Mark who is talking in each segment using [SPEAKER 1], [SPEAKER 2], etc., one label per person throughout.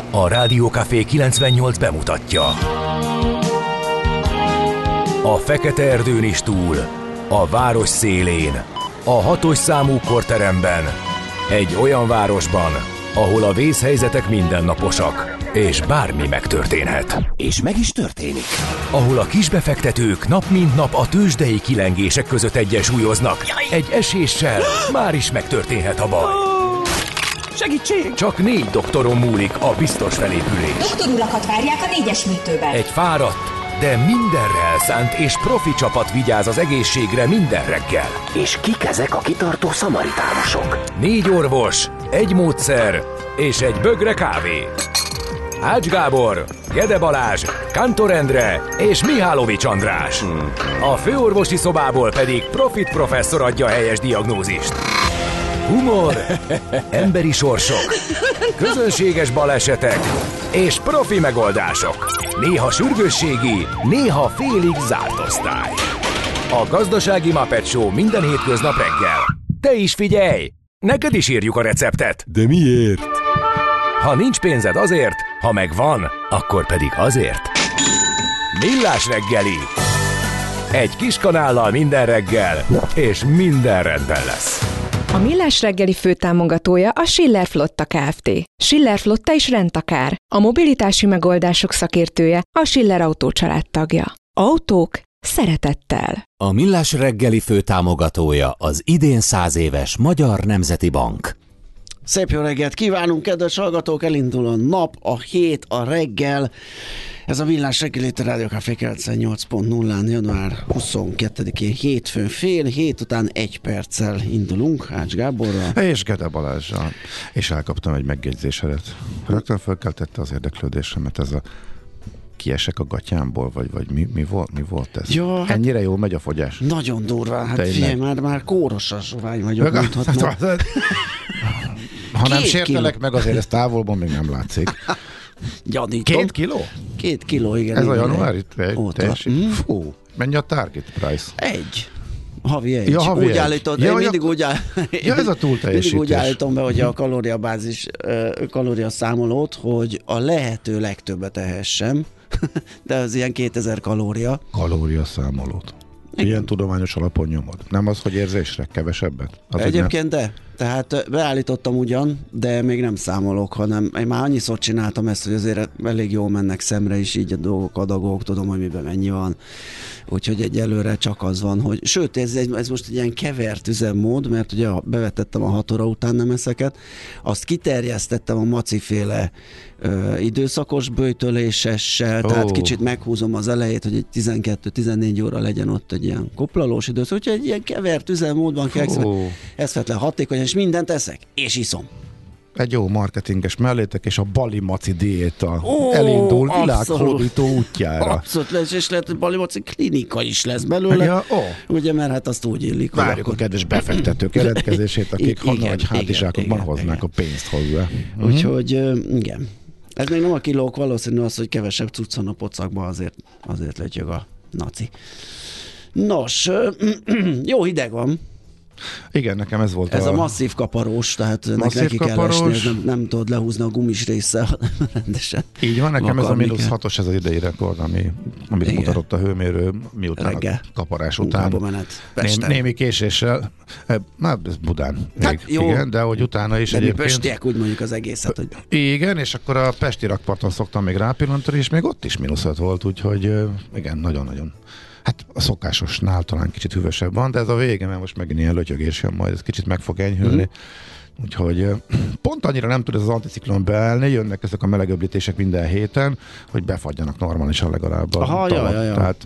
[SPEAKER 1] A Rádiókafé 98 bemutatja. A fekete erdőn is túl, a város szélén, a 6-os számú korteremben, egy olyan városban, ahol a vészhelyzetek mindennaposak, és bármi megtörténhet.
[SPEAKER 2] És meg is történik.
[SPEAKER 1] Ahol a kisbefektetők nap mint nap a tőzsdei kilengések között egyensúlyoznak. Egy eséssel már is megtörténhet a baj.
[SPEAKER 2] Segítség!
[SPEAKER 1] Csak 4 doktoron múlik a biztos felépülés.
[SPEAKER 3] Doktorulakat várják a 4-es műtőben.
[SPEAKER 1] Egy fáradt, de mindenre elszánt és profi csapat vigyáz az egészségre minden reggel.
[SPEAKER 2] És kik ezek a kitartó szamaritánusok?
[SPEAKER 1] 4 orvos, egy módszer és egy bögre kávé. Ács Gábor, Gede Balázs, Kántor Endre és Mihálovics András. A főorvosi szobából pedig Profit professzor adja a helyes diagnózist. Humor, emberi sorsok, közönséges balesetek és profi megoldások. Néha sürgősségi, néha félig zárt osztály. A Gazdasági Muppet Show minden hétköznap reggel. Te is figyelj! Neked is írjuk a receptet.
[SPEAKER 4] De miért?
[SPEAKER 1] Ha nincs pénzed azért, ha megvan, akkor pedig azért. Millás reggeli. Egy kis kanállal minden reggel, és minden rendben lesz.
[SPEAKER 5] A Millás reggeli főtámogatója a Schiller Flotta Kft. Schiller Flotta is rendtakár. A mobilitási megoldások szakértője, a Schiller Autó család tagja. Autók szeretettel.
[SPEAKER 6] A Millás reggeli főtámogatója az idén 100 éves Magyar Nemzeti Bank.
[SPEAKER 7] Szép jó reggelt kívánunk, kedves hallgatók! Elindul a nap, a hét, a reggel. Ez a Millás reggeli itt a Rádiókafé 98.0-án január 22-én hétfőn fél hét után 1 perccel indulunk Ács Gáborral.
[SPEAKER 4] És Gede Balázsral. És elkaptam egy megjegyzésedet. Rögtön fölkeltette az érdeklődésemet ez a kiesek a gatyámból, vagy mi volt ez?
[SPEAKER 7] Ja, hát
[SPEAKER 4] ennyire jól megy a fogyás?
[SPEAKER 7] nagyon durván, hát figyelj, már kórosan sovány vagyok, mondhatnom.
[SPEAKER 4] Ha nem sértelek meg, azért ez távolban még nem látszik.
[SPEAKER 7] Gyanítom.
[SPEAKER 4] 2 kiló?
[SPEAKER 7] 2 kiló, igen.
[SPEAKER 4] Ez
[SPEAKER 7] igen,
[SPEAKER 4] a januári Fú, mennyi a target price?
[SPEAKER 7] 1. Havi 1.
[SPEAKER 4] Ja, havi
[SPEAKER 7] úgy
[SPEAKER 4] 1.
[SPEAKER 7] állítod,
[SPEAKER 4] Ja,
[SPEAKER 7] mindig úgy
[SPEAKER 4] ja, ez a túlteljesítés.
[SPEAKER 7] Mindig úgy állítom be, hogy a kalóriabázis, kalóriaszámolót, hogy a lehető legtöbbet ehessem, de az ilyen 2000 kalória.
[SPEAKER 4] Kalóriaszámolót. Ilyen tudományos alapon nyomod. Nem az, hogy érzésre kevesebbet? Az
[SPEAKER 7] egyébként de. Tehát beállítottam ugyan, de még nem számolok, hanem én már annyiszor csináltam ezt, hogy azért elég jól mennek szemre is így a dolgok, adagok, tudom, hogy miben mennyi van. Úgyhogy egyelőre csak az van, hogy sőt, ez most egy ilyen kevert üzemmód, mert ugye bevetettem a 6 óra után nemeszeket, azt kiterjesztettem a maciféle időszakos böjtölésessel, tehát kicsit meghúzom az elejét, hogy egy 12-14 óra legyen ott egy ilyen koplalós időszak, úgyhogy egy ilyen kevert üzemmódban kell, ez feltétlen hatékony, és mindent eszek, és iszom.
[SPEAKER 4] Egy jó marketinges mellétek, és a Bali Maci diéta elindul világhódító útjára.
[SPEAKER 7] Abszolút, és lehet, hogy Bali Maci klinika is lesz belőle,
[SPEAKER 4] ja,
[SPEAKER 7] ugye, mert hát azt úgy illik.
[SPEAKER 4] Várjuk a kedves befektetők jelentkezését, akik nagy hátizsákokban hoznák a pénzt hozzá.
[SPEAKER 7] Úgyhogy igen. Ez még nem a kilók, valószínű az, hogy kevesebb cucc van a pocakban, azért lötyög a naci. Nos, jó hideg van.
[SPEAKER 4] Igen, nekem ez volt
[SPEAKER 7] ez a masszív kaparós, tehát neki kell esni, nem tudod lehúzni a gumis résszel rendesen.
[SPEAKER 4] Így van, nekem ez a -6-os ez az idei rekord, amit mutatott a hőmérő miután reggel, a kaparás után. Némi késéssel, ez Budán még, jó, igen, de hogy utána is egyébként.
[SPEAKER 7] Mi pestiek úgy mondjuk az egészet, hogy...
[SPEAKER 4] Igen, és akkor a pesti rakparton szoktam még rápillantani, és még ott is -5 volt, úgyhogy igen, nagyon-nagyon. Hát a szokásosnál talán kicsit hűvösebb van, de ez a vége, mert most megint ilyen lötyögés jön, majd ez kicsit meg fog enyhülni. Úgyhogy pont annyira nem tud ez az anticiklon beállni, jönnek ezek a melegöblítések minden héten, hogy befagyjanak normálisan legalább a tavat. Tehát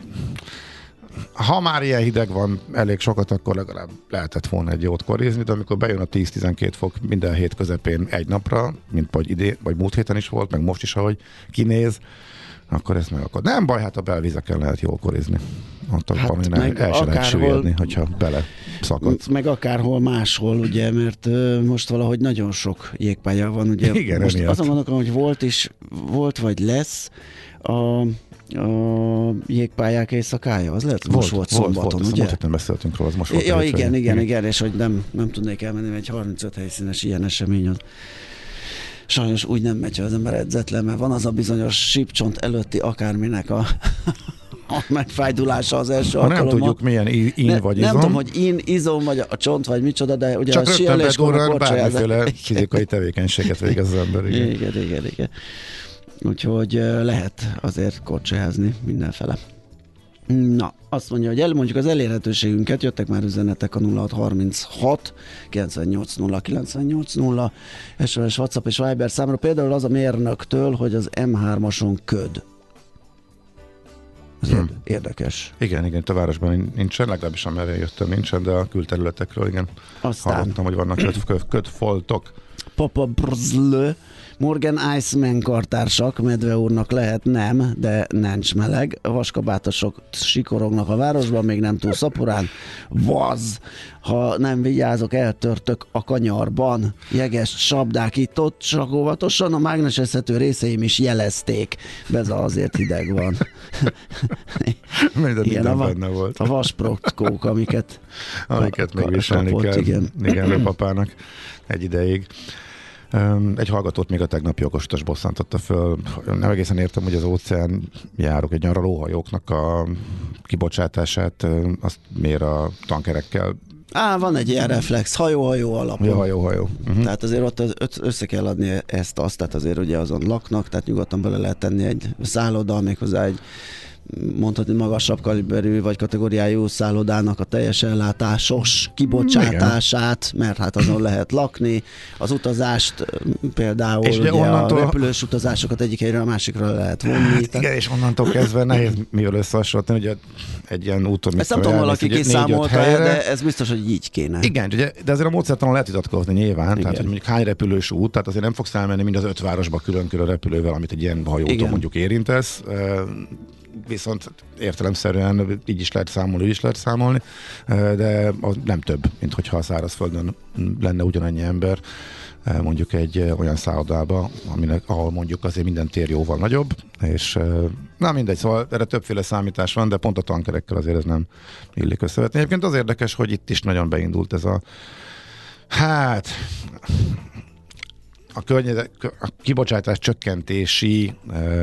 [SPEAKER 4] ha már ilyen hideg van elég sokat, akkor legalább lehetett volna egy jót korizni, de amikor bejön a 10-12 fok minden hét közepén egy napra, mint vagy múlt héten is volt, meg most is, ahogy kinéz, akkor ez megakad. Nem baj, hát a belvizeken lehet jól korizni. Ott hát el se lehet süllyedni, hogyha bele szakadsz.
[SPEAKER 7] Meg akárhol máshol, ugye, mert most valahogy nagyon sok jégpálya van, ugye.
[SPEAKER 4] Igen,
[SPEAKER 7] most azon gondolom, hogy volt vagy lesz a jégpályák éjszakája, az lehet, most volt szombaton, ugye?
[SPEAKER 4] Most nem beszéltünk róla, az most volt.
[SPEAKER 7] Ja, igen, és hogy nem tudnék elmenni, egy 35 helyszínes ilyen esemény. sajnos úgy nem megy, hogy az ember edzetlen, mert van az a bizonyos sípcsont előtti akárminek a megfájdulása az első alkalommal.
[SPEAKER 4] Nem tudjuk milyen vagy izom.
[SPEAKER 7] Nem tudom, hogy izom, vagy a csont, vagy micsoda, de ugye
[SPEAKER 4] csak
[SPEAKER 7] a
[SPEAKER 4] rögtön bármiféle fizikai tevékenységet végez az ember.
[SPEAKER 7] Igen. Úgyhogy lehet azért korcsolyázni mindenfele. Na, azt mondja, hogy elmondjuk az elérhetőségünket, jöttek már üzenetek a 0636 980 980 SMS, WhatsApp és Viber számra, például az a mérnöktől, hogy az M3-ason köd. Ez érdekes.
[SPEAKER 4] Igen, itt a városban nincsen, legalábbis amerre jöttem nincsen, de a külterületekről igen.
[SPEAKER 7] Aztán
[SPEAKER 4] hallottam, hogy vannak ködfoltok.
[SPEAKER 7] Papa Brzlő, Morgan Iceman kartársak, Medve úrnak lehet nem, de nincs meleg. A vaskabátosok sikorognak a városban, még nem túl szaporán. Vaz! Ha nem vigyázok, eltörtök a kanyarban. Jeges sabdák itt-ott, csak óvatosan, a mágnesezhető részeim is jelezték. Beza azért hideg van.
[SPEAKER 4] Minden benne volt.
[SPEAKER 7] A vasprotkók, amiket
[SPEAKER 4] még viselni kell. Igen, papának egy ideig. Egy hallgatót még a tegnapi okosítás bosszantotta föl. Nem egészen értem, hogy az óceán járok egy nyaralóhajóknak a kibocsátását, azt miért a tankerekkel.
[SPEAKER 7] Van egy ilyen reflex, hajó alapon.
[SPEAKER 4] Ja, hajó. Uh-huh.
[SPEAKER 7] Tehát azért ott össze kell adni ezt-azt, tehát azért ugye azon laknak, tehát nyugodtan bele lehet tenni egy szálloda, méghozzá egy mondhatni magasabb kaliberű vagy kategóriájú szállodának a teljes ellátásos kibocsátását, mert hát azon lehet lakni, az utazást például
[SPEAKER 4] és
[SPEAKER 7] ugye
[SPEAKER 4] onnantól...
[SPEAKER 7] a repülős utazásokat egyik helyről a másikra lehet vonni.
[SPEAKER 4] Igen, és onnantól kezdve nehéz mivel összehasonlítani, hogy egy ilyen úton...
[SPEAKER 7] Ezt nem tudom, valaki kiszámolta, de ez biztos, hogy így kéne.
[SPEAKER 4] Igen, ugye, de azért a módszertanon lehet vitatkozni nyilván, igen. Tehát hogy mondjuk hány repülős út, tehát azért nem fogsz elmenni mind az 5 városba külön-külön repülővel, amit egy ilyen hajóton mondjuk érintesz. Viszont értelemszerűen így is lehet számolni, úgy is lehet számolni, de az nem több, mint hogyha a szárazföldön lenne ugyanannyi ember, mondjuk egy olyan szállodába, ahol mondjuk azért minden tér jóval nagyobb, és na mindegy, szóval erre többféle számítás van, de pont a tankerekkel azért ez nem illik összevetni. Egyébként az érdekes, hogy itt is nagyon beindult ez a a kibocsátás csökkentési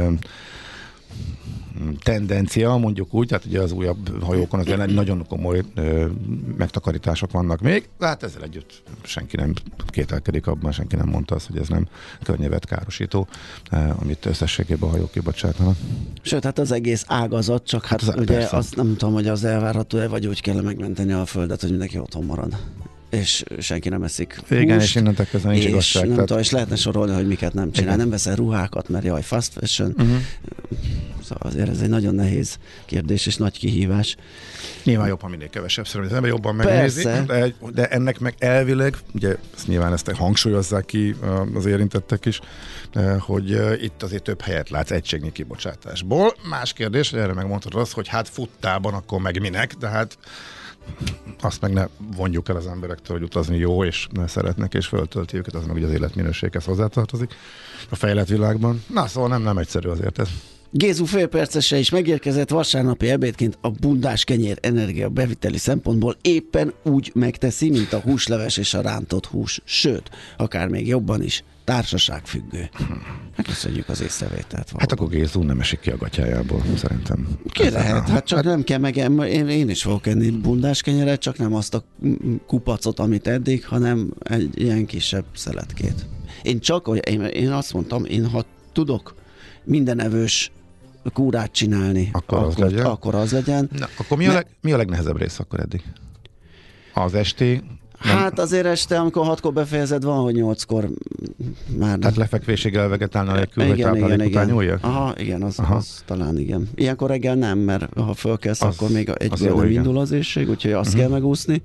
[SPEAKER 4] tendencia, mondjuk úgy, tehát ugye az újabb hajókon azért nagyon komoly megtakarítások vannak még, de hát ezzel együtt senki nem kételkedik abban, senki nem mondta azt, hogy ez nem környezetkárosító, amit összességében a hajók kibocsátanak. Sőt,
[SPEAKER 7] hát az egész ágazat, csak hát ugye persze. Azt nem tudom, hogy az elvárható-e, vagy úgy kell megmenteni a földet, hogy mindenki otthon marad. És senki nem eszik húst.
[SPEAKER 4] Igen, és innentől kezdve nincs igazság.
[SPEAKER 7] És lehetne sorolni, hogy miket nem csinál. Igen. Nem veszel ruhákat, mert jaj, fast fashion. Szóval azért ez egy nagyon nehéz kérdés és nagy kihívás.
[SPEAKER 4] Nyilván jobb, ha minél kevesebb szerint az ember jobban megnézi, de ennek meg elvileg, ugye nyilván ezt hangsúlyozzák ki az érintettek is, hogy itt azért több helyet látsz egységnyi kibocsátásból. Más kérdés, hogy erre megmondhatod azt, hogy hát futtában akkor meg minek, de hát azt meg ne vonjuk el az emberektől, hogy utazni jó, és ne szeretnek, és föltölti őket, az meg ugye az életminőséghez hozzátartozik a fejlett világban. Na, szóval nem egyszerű azért ez.
[SPEAKER 7] Gézu félpercese is megérkezett vasárnapi ebédként a bundás kenyér energia beviteli szempontból éppen úgy megteszi, mint a húsleves és a rántott hús. Sőt, akár még jobban is, társaságfüggő. Megköszönjük az észrevételt.
[SPEAKER 4] Hát akkor Gézu nem esik ki a gatyájából, szerintem.
[SPEAKER 7] Ki lehet, hát csak nem kell én is fogok enni bundás kenyeret, csak nem azt a kupacot, amit eddig, hanem egy ilyen kisebb szeletkét. Én azt mondtam, ha tudok minden evős kúrát csinálni, akkor az legyen.
[SPEAKER 4] Na, akkor mi a legnehezebb rész akkor eddig? Az esti?
[SPEAKER 7] Hát azért este, amikor 6-kor befejezed, van, hogy 8-kor már...
[SPEAKER 4] Tehát lefekvésig elvegetálna nélkül, hogy táplálék után nyúlja?
[SPEAKER 7] Aha, igen, az talán igen. Ilyenkor reggel nem, mert ha fölkelsz, akkor még egyből nem indul az éhség, úgyhogy azt kell megúszni.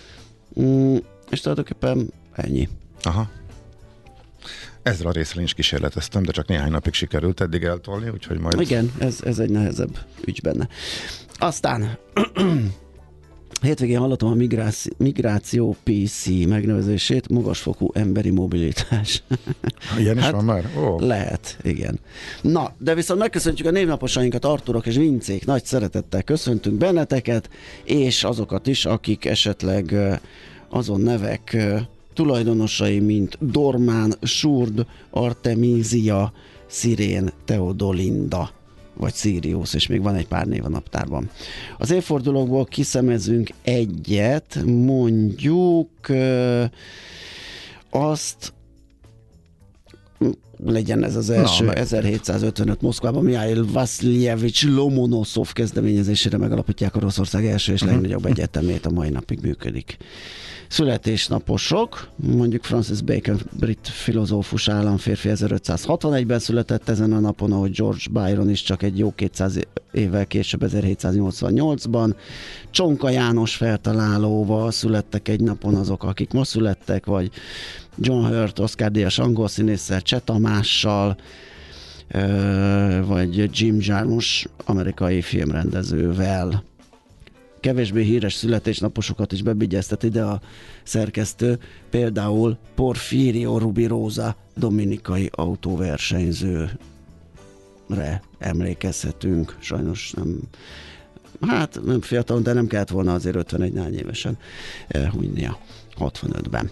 [SPEAKER 7] És tulajdonképpen ennyi.
[SPEAKER 4] Aha. Ezzel a részre is kísérleteztem, de csak néhány napig sikerült eddig eltolni, úgyhogy majd...
[SPEAKER 7] Igen, ez egy nehezebb ügy benne. Aztán hétvégén hallottam a migráció PC megnevezését, magasfokú emberi mobilitás.
[SPEAKER 4] Ilyen is van már?
[SPEAKER 7] Lehet, igen. Na, de viszont megköszöntjük a névnaposainkat, Arturok és Vincék, nagy szeretettel köszöntünk benneteket, és azokat is, akik esetleg azon nevek tulajdonosai, mint Dormán, Surd, Artemisia, Szirén, Teodolinda vagy Sirius, és még van egy pár név a naptárban. Az évfordulókból kiszemezünk egyet, mondjuk azt, legyen ez az első, 1755 Moszkvában Mihail Vasiljevics Lomonoszov kezdeményezésére megalapítják Oroszország első és legnagyobb egyetemét, a mai napig működik. Születésnaposok, mondjuk Francis Bacon, brit filozófus államférfi 1561-ben született ezen a napon, ahogy George Byron is csak egy jó 200 évvel később 1788-ban. Csonka János feltalálóval születtek egy napon azok, akik ma születtek, vagy John Hurt, Oscar-díjas angol színésszel, Cseh Tamással, vagy Jim Jarmusch, amerikai filmrendezővel. Kevésbé híres születésnaposokat is bebigyeztet ide a szerkesztő, például Porfirio Rubirosa, dominikai autóversenyzőre emlékezhetünk. Sajnos nem fiatal, de nem kellett volna azért 51 néhány évesen elhunynia 65-ben.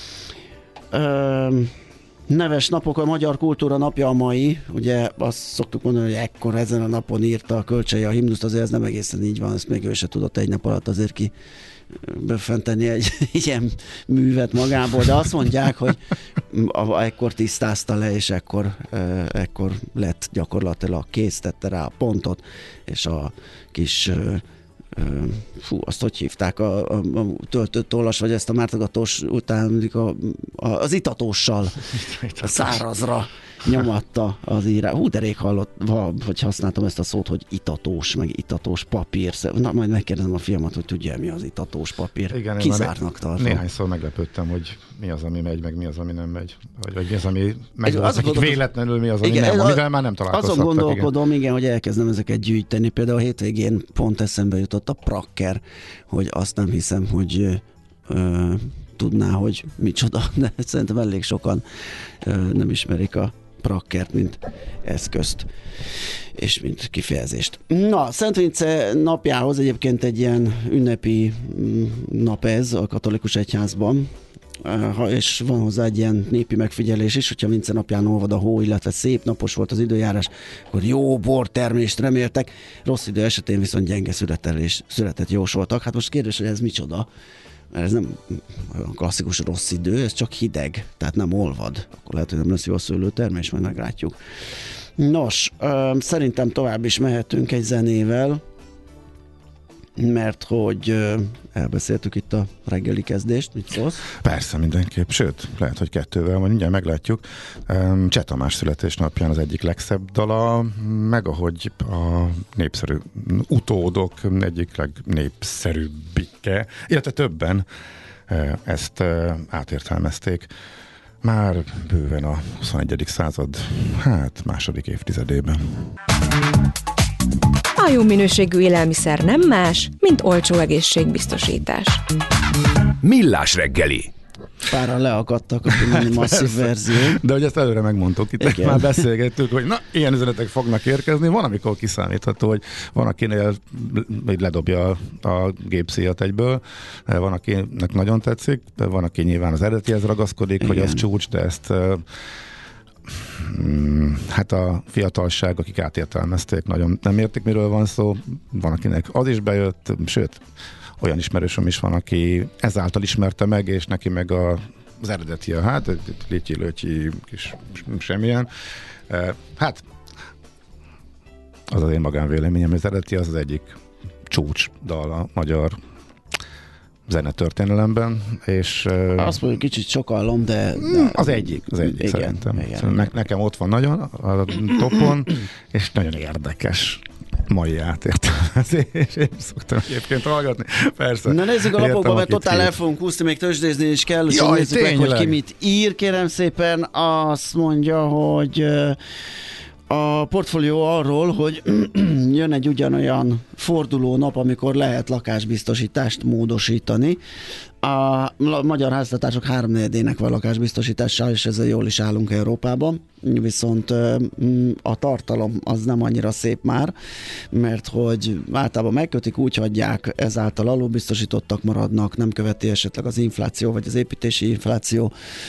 [SPEAKER 7] Neves napok, a magyar kultúra napja a mai, ugye azt szoktuk mondani, hogy ekkor ezen a napon írta a Kölcsei a himnuszt, azért ez nem egészen így van, ezt még ő se tudott egy nap alatt azért ki befenteni egy ilyen művet magából, de azt mondják, hogy ekkor tisztázta le, és ekkor lett gyakorlatilag kész, tette rá a pontot, és a kis azt hogy hívták, a töltött tollas, vagy ezt a mártogatós után az itatóssal a szárazra nyomatta az írás. De rég hogy használtam ezt a szót, hogy itatós, meg itatós papír. Na, majd megkérdezem a fiamat, hogy tudja, mi az itatós papír.
[SPEAKER 4] Igen,
[SPEAKER 7] kizártnak tartom.
[SPEAKER 4] Néhányszor meglepődtem, hogy mi az, ami megy, meg mi az, ami nem megy. Vagy mi az, ami megvan, véletlenül mi az, ami nem, amivel már nem találkozhattak.
[SPEAKER 7] Azon gondolkodom, igen, hogy elkezdem ezeket gyűjteni. Például a hétvégén pont eszembe jutott a prakker, hogy azt nem hiszem, hogy tudná, hogy micsoda, de szerintem elég sokan nem ismerik a prakkert, mint eszközt és mint kifejezést. Na, Szent Vince napjához egyébként egy ilyen ünnepi nap ez a katolikus egyházban, és van hozzá egy ilyen népi megfigyelés is, hogyha Vince napján olvad a hó, illetve szép napos volt az időjárás, akkor jó bortermést reméltek, rossz idő esetén viszont gyenge születet jósoltak. Hát most kérdés, hogy ez micsoda? Mert ez nem klasszikus rossz idő, ez csak hideg, tehát nem olvad. Akkor lehet, hogy nem lesz jó a szőlőtermés, majd meglátjuk. Nos, szerintem tovább is mehetünk egy zenével, mert hogy elbeszéltük itt a reggeli kezdést, mit szólsz?
[SPEAKER 4] Persze, mindenképp, sőt, lehet, hogy kettővel, majd mindjárt meglátjuk. Cseh Tamás születésnapján az egyik legszebb dala, meg ahogy a népszerű utódok egyik legnépszerűbbike, illetve többen ezt átértelmezték már bőven a 21. század, második évtizedében.
[SPEAKER 5] A jó minőségű élelmiszer nem más, mint olcsó egészségbiztosítás.
[SPEAKER 1] Millás reggeli.
[SPEAKER 7] Páran leakadtak a masszív verzió.
[SPEAKER 4] De hogy ezt előre megmondtuk, itt már beszélgettük, hogy na, ilyen üzenetek fognak érkezni, van, amikor kiszámítható, hogy van, akinél ledobja a gépszíjat egyből, van, akinek nagyon tetszik, de van, aki nyilván az eredetihez ragaszkodik, igen, hogy az csúcs, de ezt hát a fiatalság, akik átértelmezték, nagyon nem értik, miről van szó, van, akinek az is bejött, sőt, olyan ismerősöm is van, aki ezáltal ismerte meg, és neki meg az eredeti, lityi-lötyi kis semmilyen. Hát, az az én magánvéleményem, az eredeti az egyik csúcs dal a magyar zenetörténelemben, és
[SPEAKER 7] azt mondjuk kicsit sokallom, de
[SPEAKER 4] az egyik igen, szerintem. Igen. Nekem ott van nagyon a topon, és nagyon érdekes mai átértelmezés, és én szoktam egyébként hallgatni. Persze.
[SPEAKER 7] Na nézzük a lapokba, mert totál el fogunk húzni, még tőzsdézni is kell, és nézzük meg, hogy ki mit ír, kérem szépen. Azt mondja, hogy A portfólió arról, hogy jön egy ugyanolyan forduló nap, amikor lehet lakásbiztosítást módosítani. A magyar háztartások 3/4-ének van lakásbiztosítással, és ezzel jól is állunk Európában, viszont a tartalom az nem annyira szép már, mert hogy általában megkötik, úgy hagyják, ezáltal alulbiztosítottak maradnak, nem követi esetleg az infláció, vagy az építési infláció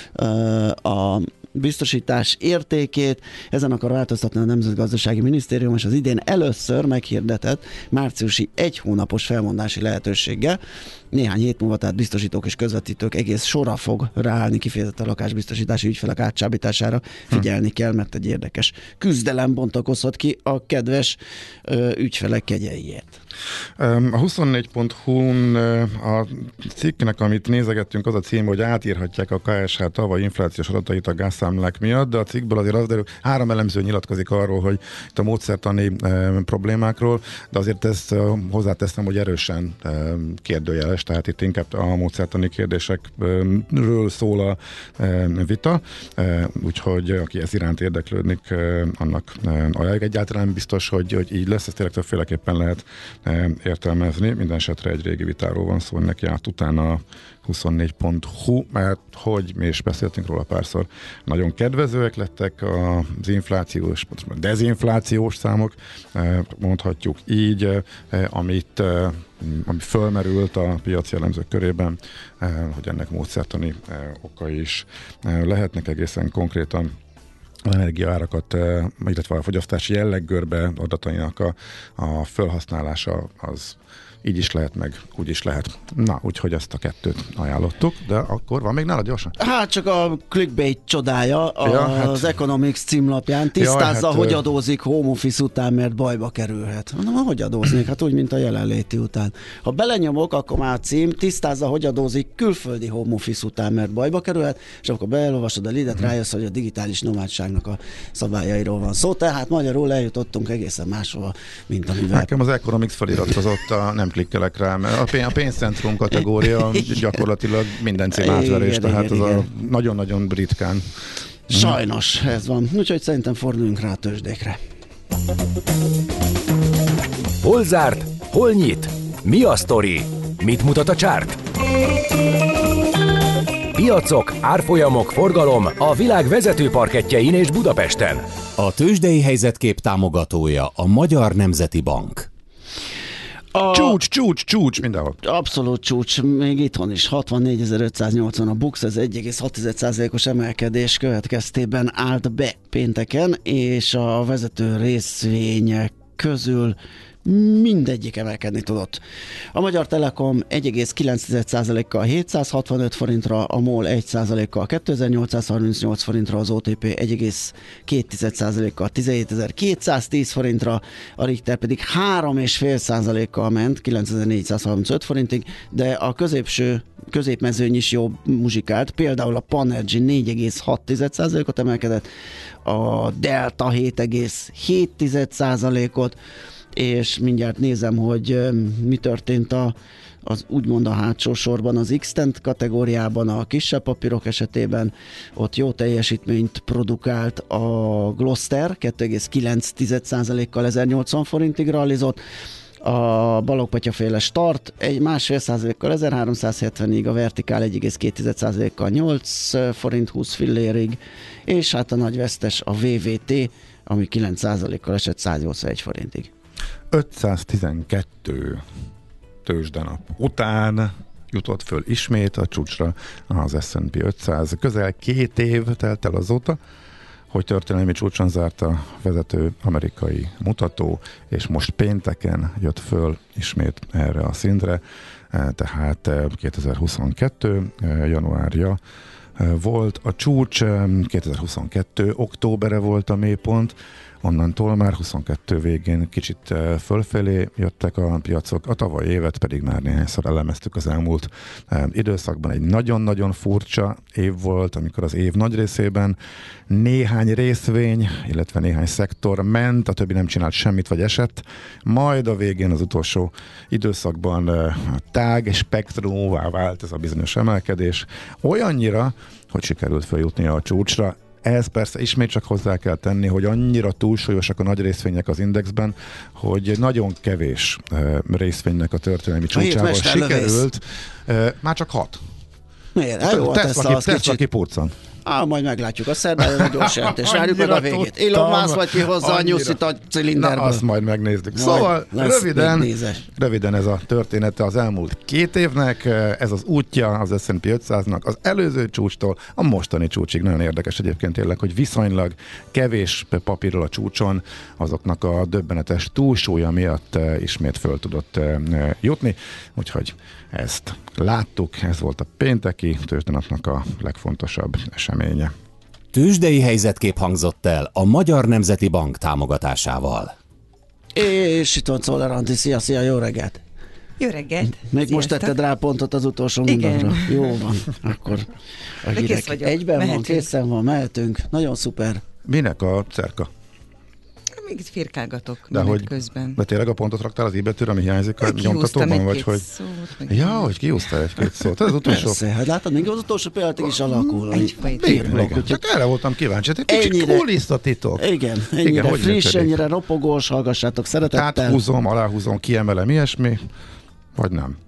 [SPEAKER 7] a biztosítás értékét. Ezen akar változtatni a Nemzetgazdasági Minisztérium, és az idén először meghirdetett márciusi 1 hónapos felmondási lehetőséggel. Néhány hét múlva, tehát biztosítók és közvetítők egész sora fog ráállni kifejezetten lakásbiztosítási ügyfelek átcsábítására. Figyelni kell, mert egy érdekes küzdelem bontakozhat ki a kedves ügyfelek kegyeiért.
[SPEAKER 4] A 24.hu-n a cikknek, amit nézegettünk, az a cím, hogy átírhatják a KSH tavaly inflációs adatait a gázszámlák miatt, de a cikkből azért az derül, 3 elemző nyilatkozik arról, hogy itt a módszertani problémákról, de azért ezt hozzáteszem, hogy erősen kérdőjeles, tehát itt inkább a módszertani kérdésekről szól a vita, úgyhogy aki ez iránt érdeklődik, annak egyáltalán biztos, hogy így lesz, ezt tényleg többféleképpen lehet értelmezni. Minden esetre egy régi vitáról van szó, neki át utána a 24.hu, mert hogy mi is beszéltünk róla párszor, nagyon kedvezőek lettek az inflációs, dezinflációs számok, mondhatjuk így, ami fölmerült a piaci elemzők körében, hogy ennek módszertani okai is lehetnek, egészen konkrétan az energiaárakat, illetve a fogyasztási jelleggörbe adatainak a felhasználása az így is lehet, meg úgy is lehet. Na, úgyhogy ezt a kettőt ajánlottuk, de akkor van még nálad gyorsan?
[SPEAKER 7] Hát csak a clickbait csodája az Economics címlapján tisztázza, hogy adózik home office után, mert bajba kerülhet. Mondom, hogy adóznék? Hát úgy, mint a jelenléti után. Ha belenyomok, akkor már a cím tisztázza, hogy adózik külföldi home office után, mert bajba kerülhet, és akkor beolvasod a lidet, rájössz, hogy a digitális nomádságnak a szabályairól van szó. Tehát magyarul eljutottunk egészen máshova, mint amivel.
[SPEAKER 4] Nekem az Economics feliratkozott, nem klikkelek rá, mert a pénzcentrum kategória gyakorlatilag minden cím átverés, tehát az a nagyon-nagyon ritkán.
[SPEAKER 7] Sajnos ez van, úgyhogy szerintem forduljunk rá a tőzsdékre.
[SPEAKER 1] Hol zárt? Hol nyit? Mi a sztori? Mit mutat a csárt? Piacok, árfolyamok, forgalom a világ vezető parkettjein és Budapesten.
[SPEAKER 6] A tőzsdei helyzetkép támogatója a Magyar Nemzeti Bank.
[SPEAKER 4] Csúcs mindenhol.
[SPEAKER 7] Abszolút csúcs, még itthon is. 64.580 a BUX, ez 1,6%-os emelkedés következtében állt be pénteken, és a vezető részvények közül mindegyik emelkedni tudott. A Magyar Telekom 1,9%-kal 765 forintra, a MOL 1%-kal 2838 forintra, az OTP 1,2%-kal 17.210 forintra, a Richter pedig 3,5%-kal ment 9435 forintig, de a középmezőny is jobb muzsikált, például a Panergy 4,6%-ot emelkedett, a Delta 7,7%-ot, és mindjárt nézem, hogy mi történt az úgymond a hátsó sorban, az X-Tent kategóriában, a kisebb papírok esetében, ott jó teljesítményt produkált a Gloster, 2,9%-kal 1080 forintig rallizott, a Balogh-Petyaféle Start 1,5%-kal 1370-ig, a Vertikál 1,2%-kal 8 forint 20 fillérig, és hát a nagy vesztes a VVT, ami 9%-kal esett 181 forintig.
[SPEAKER 4] 512 tőzsdenap után jutott föl ismét a csúcsra az S&P 500. Közel 2 év telt el azóta, hogy történelmi csúcson zárt a vezető amerikai mutató, és most pénteken jött föl ismét erre a szintre, tehát 2022. januárja volt a csúcs, 2022. októbere volt a mélypont, onnantól már 22 végén kicsit fölfelé jöttek a piacok, a tavalyi évet pedig már néhányszor elemeztük az elmúlt időszakban. Egy nagyon-nagyon furcsa év volt, amikor az év nagy részében néhány részvény, illetve néhány szektor ment, a többi nem csinált semmit, vagy esett, majd a végén az utolsó időszakban tág és spektrumúvá vált ez a bizonyos emelkedés, olyannyira, hogy sikerült feljutnia a csúcsra. Ez persze ismét csak hozzá kell tenni, hogy annyira túlsúlyosak a nagy részvények az indexben, hogy nagyon kevés részvénynek a történelmi csúcsával sikerült. Már csak 6.
[SPEAKER 7] Miért? Jó,
[SPEAKER 4] Tesla kipurcan.
[SPEAKER 7] Majd meglátjuk a szerdán, a gyors jelentés. Várjuk meg a végét. Elon Musk vagy ki hozzá a nyuszit a cilinderből.
[SPEAKER 4] Azt majd megnézzük. Szóval röviden ez a története az elmúlt 2 évnek, ez az útja az S&P 500-nak az előző csúcstól a mostani csúcsig. Nagyon érdekes egyébként tényleg, hogy viszonylag kevés papírról a csúcson azoknak a döbbenetes túlsúlya miatt ismét föl tudott jutni. Úgyhogy ezt láttuk, ez volt a pénteki tőzsdenapnak a legfontosabb eseménye.
[SPEAKER 6] Tőzsdei helyzetkép hangzott el a Magyar Nemzeti Bank támogatásával.
[SPEAKER 7] És itt van Czoller Antti, szia, jó reggelt!
[SPEAKER 8] Jó reggelt!
[SPEAKER 7] Még most tetted rá pontot az utolsó mondatra. Jó van, akkor a hírek egyben van, készen van, mehetünk. Nagyon szuper.
[SPEAKER 4] Minek a cerka?
[SPEAKER 8] Még itt firkálgatok közben.
[SPEAKER 4] De tényleg a pontot raktál az i-betűre, ami hiányzik a nyomtatóban, vagy hogy... hogy kiúztál egy-két szót. Ez az utolsó...
[SPEAKER 7] Persze, hát látod, még az utolsó pillanatig is alakul.
[SPEAKER 4] Igen. Csak erre voltam kíváncsi. Egy kicsit kulisszatitok.
[SPEAKER 7] Igen, ennyire friss, ennyire ropogós, hallgassátok szeretettel.
[SPEAKER 4] Tehát húzom, aláhúzom, kiemelem, ilyesmi, vagy nem?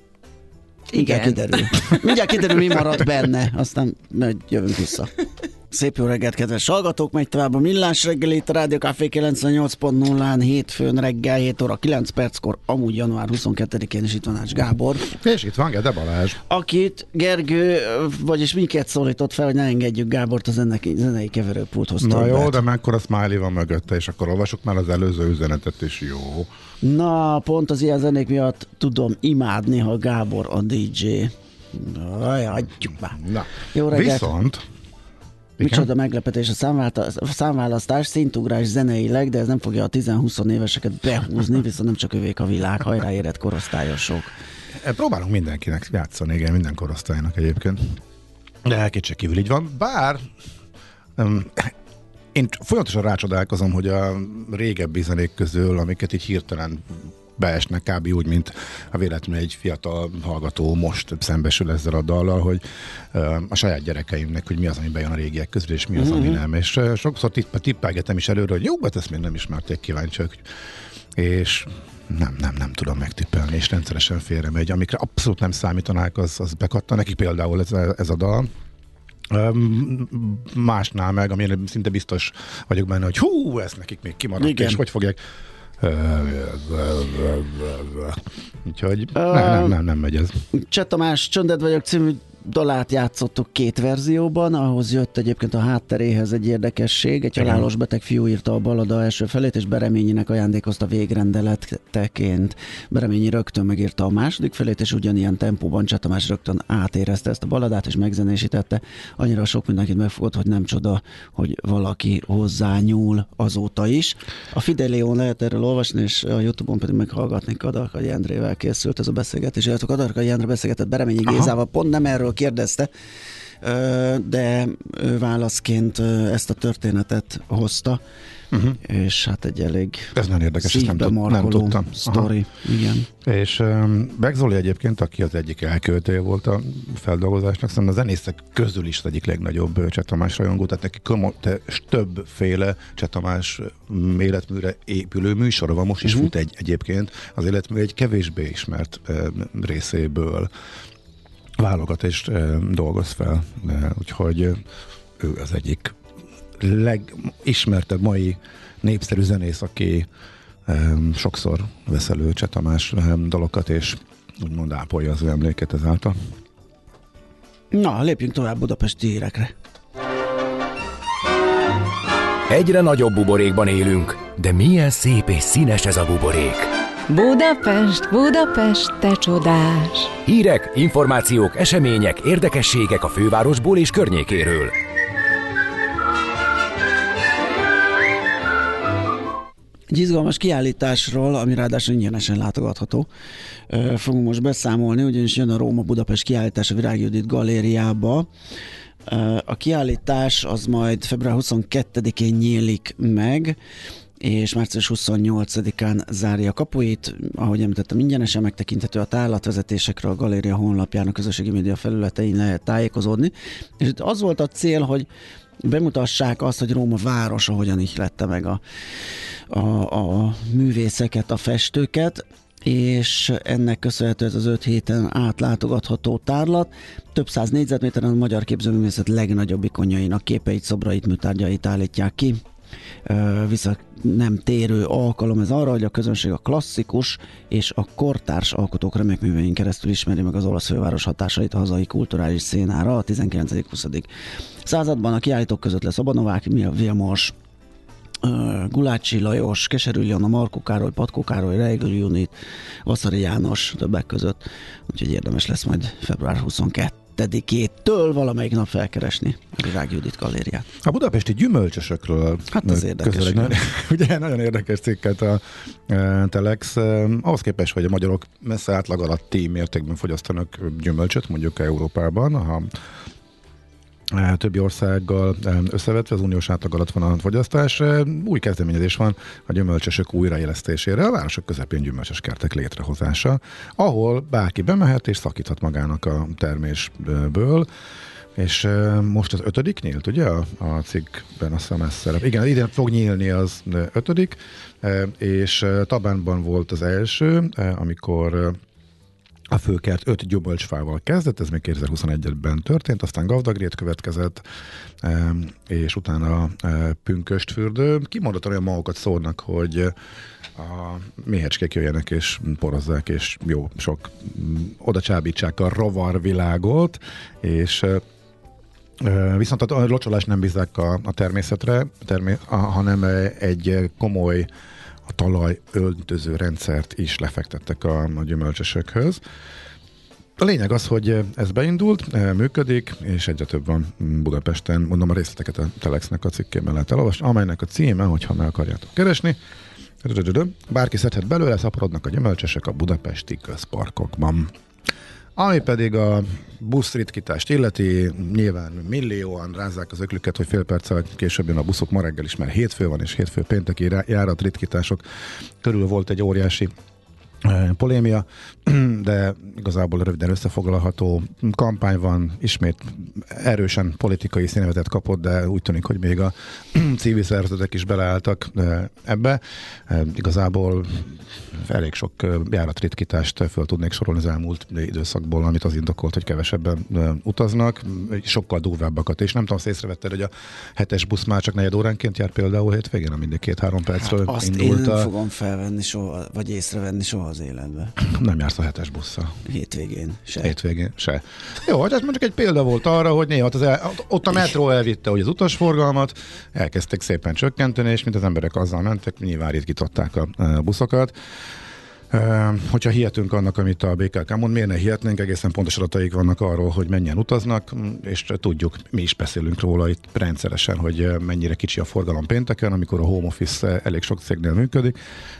[SPEAKER 7] Mindjárt kiderül, mi maradt benne, aztán jövünk vissza. Szép jó reggelt, kedves hallgatók! Megy tovább a Millás reggeli, itt a Rádió Café 98.0-án hétfőn reggel 7 óra 9 perckor, amúgy január 22-én is itt van Ács Gábor.
[SPEAKER 4] És itt van Gede Balázs.
[SPEAKER 7] Akit Gergő, vagyis minket szólított fel, hogy ne engedjük Gábort a zenei keverőpulthoz.
[SPEAKER 4] Na jó, de mekkora smiley van mögötte, és akkor olvasok már az előző üzenetet is, jó.
[SPEAKER 7] Na, pont az ilyen zenék miatt tudom imádni, ha Gábor a DJ. Hagyjuk már.
[SPEAKER 4] Na,
[SPEAKER 7] jó reggelt.
[SPEAKER 4] Viszont...
[SPEAKER 7] Micsoda meglepetés a számválasztás, szintugrás zeneileg, de ez nem fogja a 10-20 éveseket behúzni, viszont nem csak övék a világ, hajrá érett korosztályosok.
[SPEAKER 4] Próbálunk mindenkinek játszani, igen, minden korosztálynak egyébként. De kétségkívül így van, bár én folyamatosan rácsodálkozom, hogy a régebbi zenék közül, amiket így hirtelen beesnek kb. Úgy, mint a véletlenül egy fiatal hallgató most szembesül ezzel a dallal, hogy a saját gyerekeimnek, hogy mi az, ami bejön a régiek közül, és mi az, ami nem. És sokszor tippelgetem is előre, hogy jó, hát ezt még nem ismerték, kíváncsiak. És nem tudom megtippelni, és rendszeresen félremegy. Amikre abszolút nem számítanák, az bekatta. Nekik például ez a dal. Másnál meg, amire szinte biztos vagyok benne, hogy ez nekik még kimaradt, igen. És hogy fogják úgyhogy nem megy ez.
[SPEAKER 7] Cseh Tamás Csönded vagyok című dalát játszottuk 2 verzióban, ahhoz jött egyébként a hátteréhez egy érdekesség, egy halálos beteg fiú írta a ballada első felét, és Bereményinek ajándékozta végrendeletteként. Bereményi rögtön megírta a második felét, és ugyanilyen tempóban Cseh Tamás rögtön átérezte ezt a balladát, és megzenésítette. Annyira sok mindenkit megfogott, hogy nem csoda, hogy valaki hozzányúl azóta is. A Fidelión lehet erről olvasni, és a YouTube-on pedig meghallgatni. Kadarkai Endrével készült ez a beszélgetés, illetve Kadarkai Endre beszélgetett Bereményi Gézával, pont nem erről kérdezte, de ő válaszként ezt a történetet hozta, és hát egy elég
[SPEAKER 4] ez nagyon érdekes, ezt nem tudtam.
[SPEAKER 7] Sztori. Igen.
[SPEAKER 4] És Beck Zoli egyébként, aki az egyik elköltője volt a feldolgozásnak, szerintem a zenészek közül is az egyik legnagyobb Cseh Tamás rajongó, tehát neki többféle Cseh Tamás életműre épülő műsora van, most is fut egyébként az életmű egy kevésbé ismert részéből válogat és dolgoz fel, úgyhogy ő az egyik legismertebb mai népszerű zenész, aki sokszor vesz elő Cseh Tamás dalokat, és úgymond ápolja az ő emléket ezáltal.
[SPEAKER 7] Na, lépjünk tovább budapesti hírekre.
[SPEAKER 1] Egyre nagyobb buborékban élünk, de milyen szép és színes ez a buborék.
[SPEAKER 5] Budapest, Budapest, te csodás!
[SPEAKER 1] Hírek, információk, események, érdekességek a fővárosból és környékéről.
[SPEAKER 7] Egy izgalmas kiállításról, ami ráadásul ingyenesen látogatható, fogunk most beszámolni, ugyanis jön a Róma Budapest kiállítás a Virág Judit galériába. A kiállítás az majd február 22-én nyílik meg, és március 28-án zárja a kapuit. Ahogy említettem, ingyenesen megtekinthető a tárlatvezetésekre, a galéria honlapján, a közösségi média felületein lehet tájékozódni. És itt az volt a cél, hogy bemutassák azt, hogy Róma városa hogyan ihlette meg a művészeket, a festőket, és ennek köszönhető ez az 5 héten átlátogatható tárlat. Több száz négyzetméteren a magyar képzőművészet legnagyobb ikonjainak képeit, szobrait, műtárgyait állítják ki. Vissza nem térő alkalom ez arra, hogy a közönség a klasszikus és a kortárs alkotók remek művein keresztül ismeri meg az olasz főváros hatásait a hazai kulturális szénára. A 19.-20. században a kiállítók között lesz Aba Novák Vilmos, Gulácsi Lajos, Keserű Ilona, Markó Károly, Patkó Károly, Reigl Unit, Vaszary János többek között. Úgyhogy érdemes lesz majd február 22-től valamelyik nap felkeresni a Virág Judit galériát.
[SPEAKER 4] A budapesti gyümölcsösökről
[SPEAKER 7] hát az érdekes.
[SPEAKER 4] Ugye nagyon érdekes cikket a Telex. Ahhoz képest, hogy a magyarok messze átlag alatti mértékben fogyasztanak gyümölcsöt, mondjuk Európában, ha többi országgal összevetve az uniós átlag alatt van a fogyasztás. Új kezdeményezés van a gyümölcsösök újraélesztésére, a városok közepén gyümölcsös kertek létrehozása, ahol bárki bemehet és szakíthat magának a termésből. És most az 5. nyílt, ugye? A cikkben azt hiszem ez szerep. Igen, idén fog nyílni az 5. És Tabánban volt az első, amikor a főkert 5 gyümölcsfával kezdett, ez még 2021-ben történt, aztán Gavdagrét következett, és utána Pünköstfürdő. Kimondottan olyan magokat szórnak, hogy a méhecskék jöjjenek és porozzák, és jó sok oda csábítsák a rovarvilágot, és viszont a locsolást nem bízzák a természetre, hanem egy komoly a talaj öntöző rendszert is lefektettek a gyümölcsösökhöz. A lényeg az, hogy ez beindult, működik, és egyre több van Budapesten. Mondom, a részleteket a Telexnek a cikkében lehet elolvasni, amelynek a címe, hogyha meg akarjátok keresni, bárki szedhet belőle, szaporodnak a gyümölcsösök a budapesti közparkokban. Ami pedig a buszritkítást illeti, nyilván millióan rázzák az öklüket, hogy fél perccel később jön a buszok, ma reggel is, mert hétfő van, és hétfő pénteki járatritkítások körül volt egy óriási polémia, de igazából röviden összefoglalható kampány van, ismét erősen politikai színezetet kapott, de úgy tűnik, hogy még a civil szervezetek is beleálltak ebbe. Igazából elég sok járatritkítást föl tudnék sorolni az elmúlt időszakból, amit az indokolt, hogy kevesebben utaznak, sokkal durvábbakat, és nem tudom, azt észrevetted, hogy a 7-es busz már csak 4 óránként jár például hétvégén, mindig 2-3 percről
[SPEAKER 7] azt
[SPEAKER 4] indult.
[SPEAKER 7] Én nem fogom felvenni soha, vagy észrevenni soha az életben.
[SPEAKER 4] Nem jársz a 7-es busszal.
[SPEAKER 7] Hétvégén se.
[SPEAKER 4] Jó, hát ez mondjuk egy példa volt arra, hogy néha ott a metró elvitte, hogy az utasforgalmat, elkezdték szépen csökkenteni, és mint az emberek azzal mentek, nyilván ritkították a buszokat. Hogyha hihetünk annak, amit a BKK mond, miért ne hihetnénk, egészen pontos adataik vannak arról, hogy mennyien utaznak, és tudjuk, mi is beszélünk róla itt rendszeresen, hogy mennyire kicsi a forgalom pénteken, amikor a home office elég sok cégnél működik.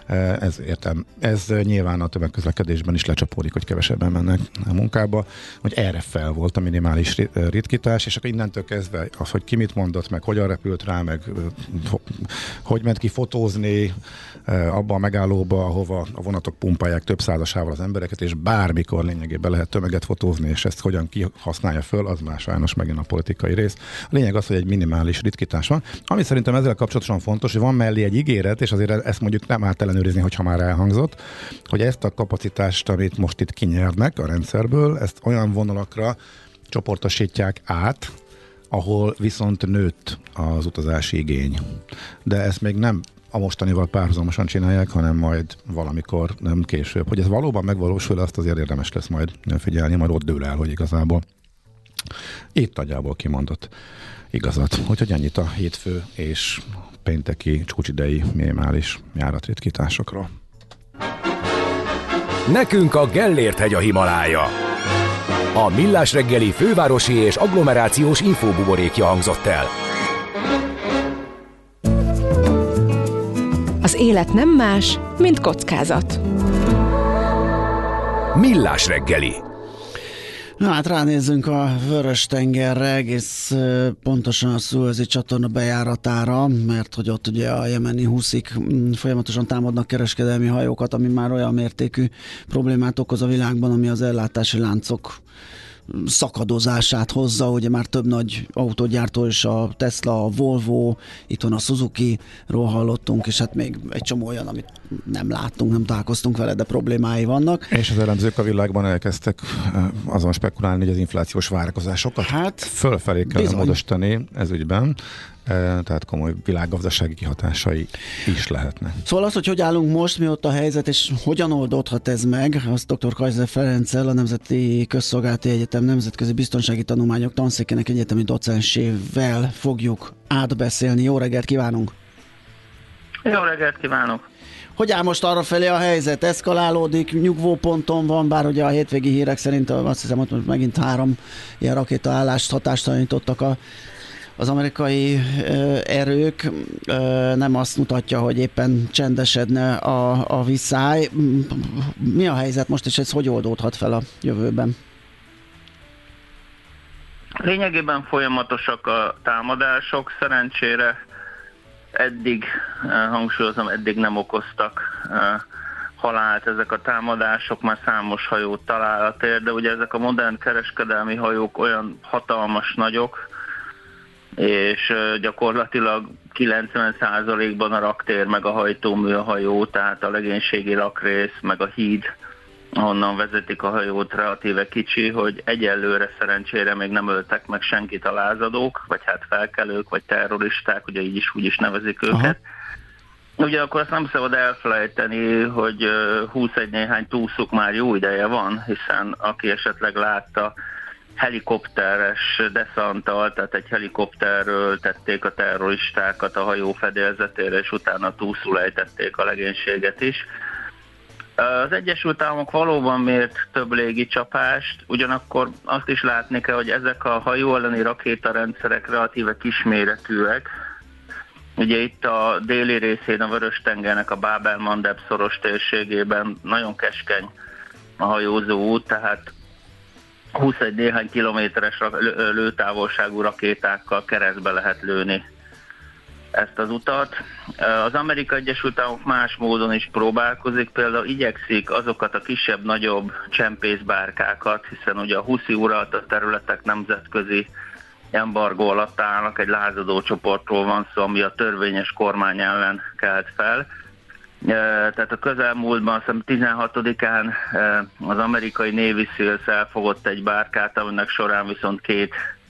[SPEAKER 4] Ez nyilván a tömegközlekedésben is lecsapódik, hogy kevesebben mennek a munkába, hogy erre fel volt a minimális ritkítás, és akkor innentől kezdve az, hogy ki mit mondott, meg hogyan repült rá, meg hogy ment ki fotózni abba a megállóba, ahova a vonatok pumpálják több százasával az embereket, és bármikor lényegében lehet tömeget fotózni, és ezt hogyan kihasználja föl, az már sajnos megint a politikai rész. A lényeg az, hogy egy minimális ritkítás van. Ami szerintem ezzel kapcsolatosan fontos, hogy van mellé egy ígéret, és azért ezt mondjuk nem árt ellenőrizni, hogyha már elhangzott, hogy ezt a kapacitást, amit most itt kinyernek a rendszerből, ezt olyan vonalakra csoportosítják át, ahol viszont nőtt az utazási igény. De ezt még nem a mostanival párhuzamosan csinálják, hanem majd valamikor, nem később. Hogy ez valóban megvalósul, azt azért érdemes lesz majd figyelni, majd ott dől el, hogy igazából itt nagyjából kimondott igazat. Úgyhogy ennyit a hétfő és pénteki csúcsidei minimális járatritkításokról.
[SPEAKER 1] Nekünk a Gellért-hegy a Himalája. A Millás reggeli fővárosi és agglomerációs infóbuborékja hangzott el.
[SPEAKER 5] Az élet nem más, mint kockázat.
[SPEAKER 1] Millás reggeli.
[SPEAKER 7] Na hát ránézzünk a Vörös-tengerre, egész pontosan a Szuezi csatorna bejáratára, mert hogy ott ugye a jemeni huszik folyamatosan támadnak kereskedelmi hajókat, ami már olyan mértékű problémát okoz a világban, ami az ellátási láncok szakadozását hozza, ugye már több nagy autógyártó is, a Tesla, a Volvo, itt van a Suzuki-ról hallottunk, és hát még egy csomó olyan, amit nem láttunk, nem találkoztunk vele, de problémái vannak.
[SPEAKER 4] És az elemzők a világban elkezdtek azon spekulálni, hogy az inflációs várakozásokat fölfelé kell módosítani ez ügyben, tehát komoly világgazdasági kihatásai is lehetnek.
[SPEAKER 7] Szóval az, hogy állunk most, mi ott a helyzet, és hogyan oldódhat ez meg, azt dr. Kaiser Ferenccel, a Nemzeti Közszolgálati Egyetem Nemzetközi Biztonsági Tanulmányok tanszékének egyetemi docensével fogjuk átbeszélni. Jó reggelt kívánunk!
[SPEAKER 9] Jó reggelt kívánok!
[SPEAKER 7] Hogy áll most arra felé a helyzet? Eszkalálódik, nyugvóponton van, bár ugye a hétvégi hírek szerint azt hiszem, hogy most megint 3 ilyen rakétaállást hatástalanítottak az amerikai erők. Nem azt mutatja, hogy éppen csendesedne a viszály. Mi a helyzet most, és ez hogy oldódhat fel a jövőben?
[SPEAKER 9] Lényegében folyamatosak a támadások, szerencsére eddig, hangsúlyozom, eddig nem okoztak halált ezek a támadások, már számos hajót találat ér, de ugye ezek a modern kereskedelmi hajók olyan hatalmas nagyok, és gyakorlatilag 90%-ban a raktér meg a hajtómű a hajó, tehát a legénységi rakrész meg a híd, ahonnan vezetik a hajót, relatíve kicsi, hogy egyelőre szerencsére még nem öltek meg senkit a lázadók, vagy hát felkelők, vagy terroristák, ugye így is úgy is nevezik őket. Aha. Ugye akkor azt nem szabad elfelejteni, hogy 21 néhány túszuk már jó ideje van, hiszen aki esetleg látta, helikopteres deszanttal, tehát egy helikopterről tették a terroristákat a hajó fedélzetére, és utána túszul ejtették a legénységet is. Az Egyesült Államok valóban mért több légicsapást, ugyanakkor azt is látni kell, hogy ezek a hajó elleni rakétarendszerek relatíve kisméretűek. Ugye itt a déli részén a Vörös-tengernek a Báb-el-Mandeb szoros térségében nagyon keskeny a hajózó út, tehát 21 néhány kilométeres lőtávolságú rakétákkal keresztbe lehet lőni ezt az utat. Az Amerikai Egyesült Államok más módon is próbálkozik, például igyekszik azokat a kisebb-nagyobb csempészbárkákat, hiszen ugye a huszi uralta területek nemzetközi embargó alatt állnak, egy lázadó csoportról van szó, ami a törvényes kormány ellen kelt fel. Tehát a közelmúltban, azt hiszem 16-án az amerikai Navy Seals elfogott egy bárkát, aminek során viszont 2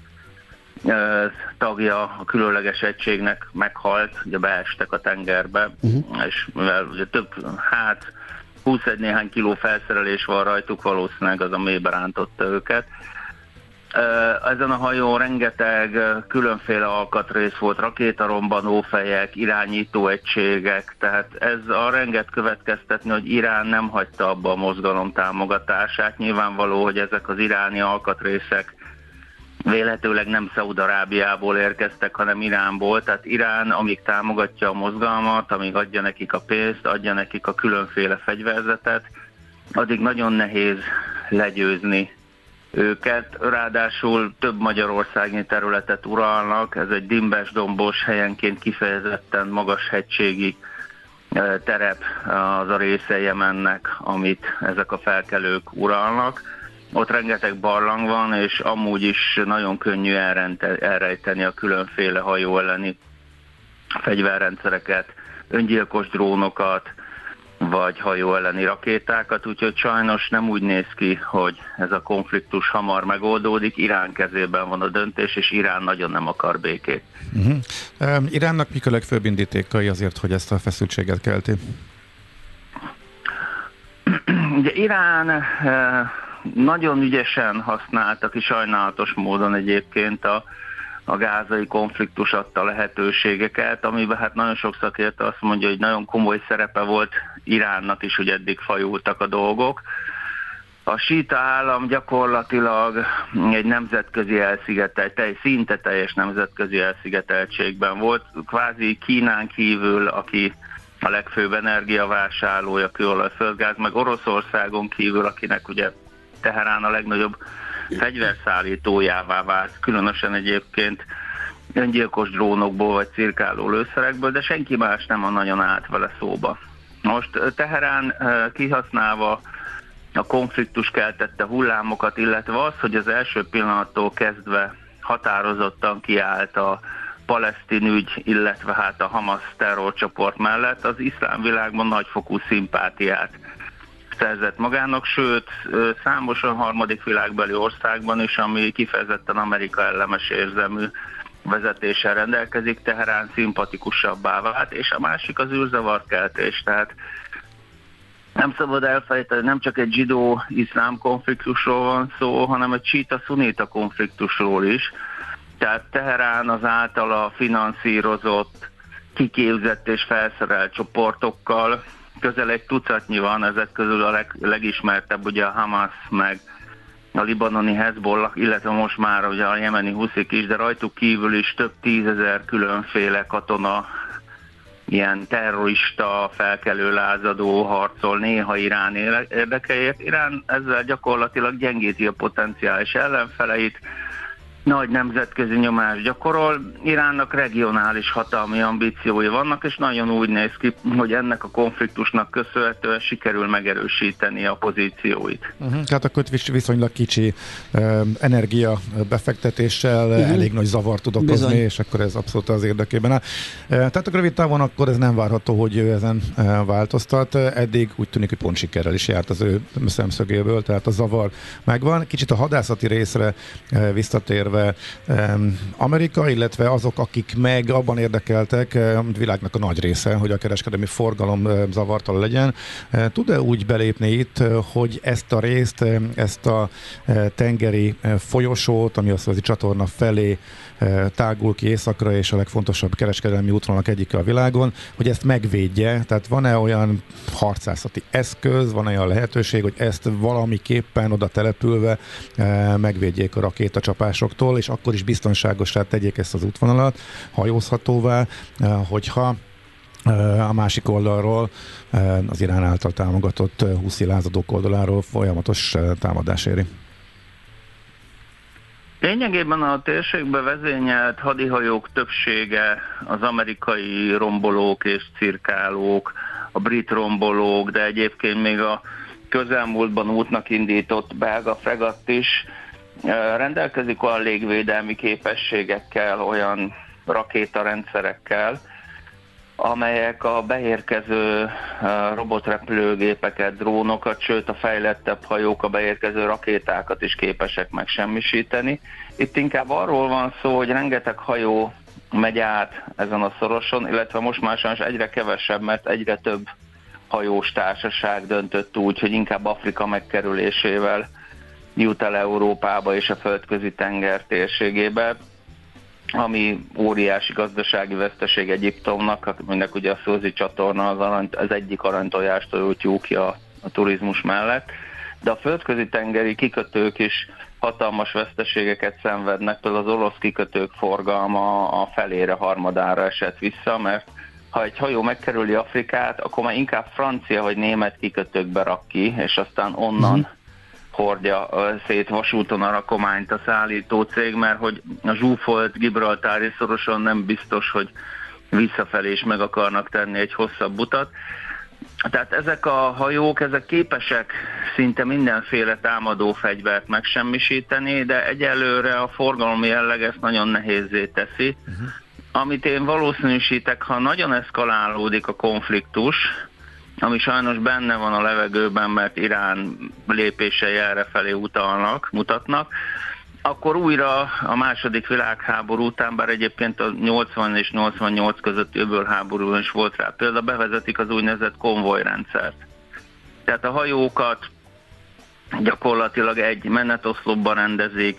[SPEAKER 9] tagja a különleges egységnek meghalt, ugye beestek a tengerbe, és mivel ugye több, 21 néhány kiló felszerelés van rajtuk, valószínűleg az a mélybe rántotta őket. Ezen a hajón rengeteg különféle alkatrész volt, rakétarombanófejek, irányítóegységek, tehát ez arra enged következtetni, hogy Irán nem hagyta abba a mozgalom támogatását. Nyilvánvaló, hogy ezek az iráni alkatrészek véletőleg nem Szaúd-Arábiából érkeztek, hanem Iránból, tehát Irán, amíg támogatja a mozgalmat, amíg adja nekik a pénzt, adja nekik a különféle fegyverzetet, addig nagyon nehéz legyőzni őket, ráadásul több magyarországi területet uralnak, ez egy dimbes-dombos, helyenként kifejezetten magas hegységi terep az a része Jemennek, amit ezek a felkelők uralnak. Ott rengeteg barlang van, és amúgy is nagyon könnyű elrejteni a különféle hajó elleni fegyverrendszereket, öngyilkos drónokat, vagy hajó elleni rakétákat, úgyhogy sajnos nem úgy néz ki, hogy ez a konfliktus hamar megoldódik. Irán kezében van a döntés, és Irán nagyon nem akar békét.
[SPEAKER 4] Iránnak mik a legfőbb indítékai azért, hogy ezt a feszültséget kelti?
[SPEAKER 9] Ugye Irán nagyon ügyesen használta ki, sajnálatos módon egyébként a gázai konfliktus adta lehetőségeket, amiben hát nagyon sok szakértő azt mondja, hogy nagyon komoly szerepe volt Iránnak is, hogy eddig fajultak a dolgok. A síta állam gyakorlatilag egy nemzetközi szinte teljes nemzetközi elszigeteltségben volt. Kvázi Kínán kívül, aki a legfőbb energiavásárlója, kőolaj, földgáz, meg Oroszországon kívül, akinek ugye Teherán a legnagyobb fegyverszállítójává vált, különösen egyébként öngyilkos drónokból vagy cirkáló lőszerekből, de senki más nem nagyon állt vele szóba. Most Teherán kihasználva a konfliktus keltette hullámokat, illetve az, hogy az első pillanattól kezdve határozottan kiállt a palesztin ügy, illetve hát a Hamas terrorcsoport mellett, az iszlám világban nagyfokú szimpátiát szerzett magának, sőt, számos a harmadik világbeli országban is, ami kifejezetten Amerika ellenes érzelmű vezetéssel rendelkezik, Teherán szimpatikusabbá vált, és a másik az űrzavarkeltés, tehát nem szabad elfelejteni, nem csak egy zsidó-iszlám konfliktusról van szó, hanem egy csíta-szunita konfliktusról is. Tehát Teherán az általa finanszírozott, kiképzett és felszerelt csoportokkal, közel egy tucatnyi van, ezek közül a legismertebb ugye a Hamas, meg a libanoni Hezbollah, illetve most már ugye a jemeni huszik is, de rajtuk kívül is több 10 000 különféle katona, ilyen terrorista, felkelő lázadó harcol néha Irán érdekeért. Irán ezzel gyakorlatilag gyengíti a potenciális ellenfeleit, nagy nemzetközi nyomást gyakorol. Iránnak regionális hatalmi ambíciói vannak, és nagyon úgy néz ki, hogy ennek a konfliktusnak köszönhetően sikerül megerősíteni a pozícióit.
[SPEAKER 4] Tehát akkor viszonylag kicsi energia befektetéssel elég nagy zavart tud okozni, bizony. És akkor ez abszolút az érdekében áll. Tehát akkor rövid távon akkor ez nem várható, hogy ő ezen változtat. Eddig úgy tűnik, hogy pont sikerrel is járt az ő szemszögéből, tehát a zavar megvan. Kicsit a hadászati részre visszatérve, Amerika, illetve azok, akik meg abban érdekeltek, világnak a nagy része, hogy a kereskedelmi forgalom zavartalan legyen. Tud-e úgy belépni itt, hogy ezt a részt, ezt a tengeri folyosót, ami a Szuezi csatorna felé tágul ki északra, és a legfontosabb kereskedelmi útvonalak egyike a világon, hogy ezt megvédje, tehát van-e olyan harcászati eszköz, van-e olyan lehetőség, hogy ezt valamiképpen oda települve megvédjék a rakétacsapásoktól, és akkor is biztonságosá tegyék ezt az útvonalat, hajózhatóvá, hogyha a másik oldalról, az Irán által támogatott huszi lázadók oldaláról folyamatos támadás éri.
[SPEAKER 9] Lényegében a térségbe vezényelt hadihajók többsége az amerikai rombolók és cirkálók, a brit rombolók, de egyébként még a közelmúltban útnak indított belga fregatt is rendelkezik olyan légvédelmi képességekkel, olyan rakétarendszerekkel, amelyek a beérkező robotrepülőgépeket, drónokat, sőt a fejlettebb hajók a beérkező rakétákat is képesek megsemmisíteni. Itt inkább arról van szó, hogy rengeteg hajó megy át ezen a szoroson, illetve most már sajnos egyre kevesebb, mert egyre több hajós társaság döntött úgy, hogy inkább Afrika megkerülésével jut el Európába és a földközi tenger térségébe, ami óriási gazdasági veszteség Egyiptomnak, aminek ugye a Szuezi csatorna az egyik aranytojástól tyúkja a turizmus mellett, de a földközi tengeri kikötők is hatalmas veszteségeket szenvednek, például az orosz kikötők forgalma a felére, harmadára esett vissza, mert ha egy hajó megkerüli Afrikát, akkor már inkább francia vagy német kikötőkbe rak ki, és aztán onnan hordja szét vasúton a rakományt a szállító cég, mert hogy a zsúfolt gibraltári szoroson nem biztos, hogy visszafelé is meg akarnak tenni egy hosszabb utat. Tehát ezek a hajók, ezek képesek szinte mindenféle támadó fegyvert megsemmisíteni, de egyelőre a forgalmi jelleg ezt nagyon nehézzé teszi. Amit én valószínűsítek, ha nagyon eszkalálódik a konfliktus, ami sajnos benne van a levegőben, mert Irán lépései errefelé mutatnak, akkor újra a második világháború után, bár egyébként a 80 és 88 között öbölháborúban is volt rá példa, bevezetik az úgynevezett konvojrendszert. Tehát a hajókat gyakorlatilag egy menetoszlopban rendezik,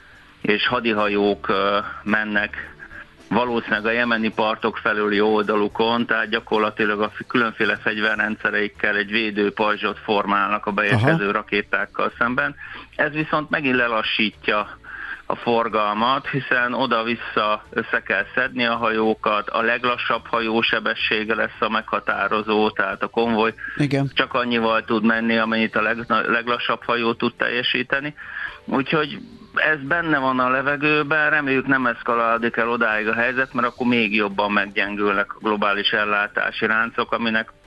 [SPEAKER 9] és hadihajók mennek valószínűleg a jemeni partok felüli oldalukon, tehát gyakorlatilag a különféle fegyverrendszereikkel egy védőpajzsot formálnak a beérkező rakétákkal szemben. Ez viszont megint lelassítja a forgalmat, hiszen oda-vissza össze kell szedni a hajókat, a leglassabb hajó sebessége lesz a meghatározó, tehát a konvoj csak annyival tud menni, amennyit a leglassabb hajó tud teljesíteni. Úgyhogy ez benne van a levegőben, reméljük nem eszkalálódik el odáig a helyzet, mert akkor még jobban meggyengülnek a globális ellátási láncok, aminek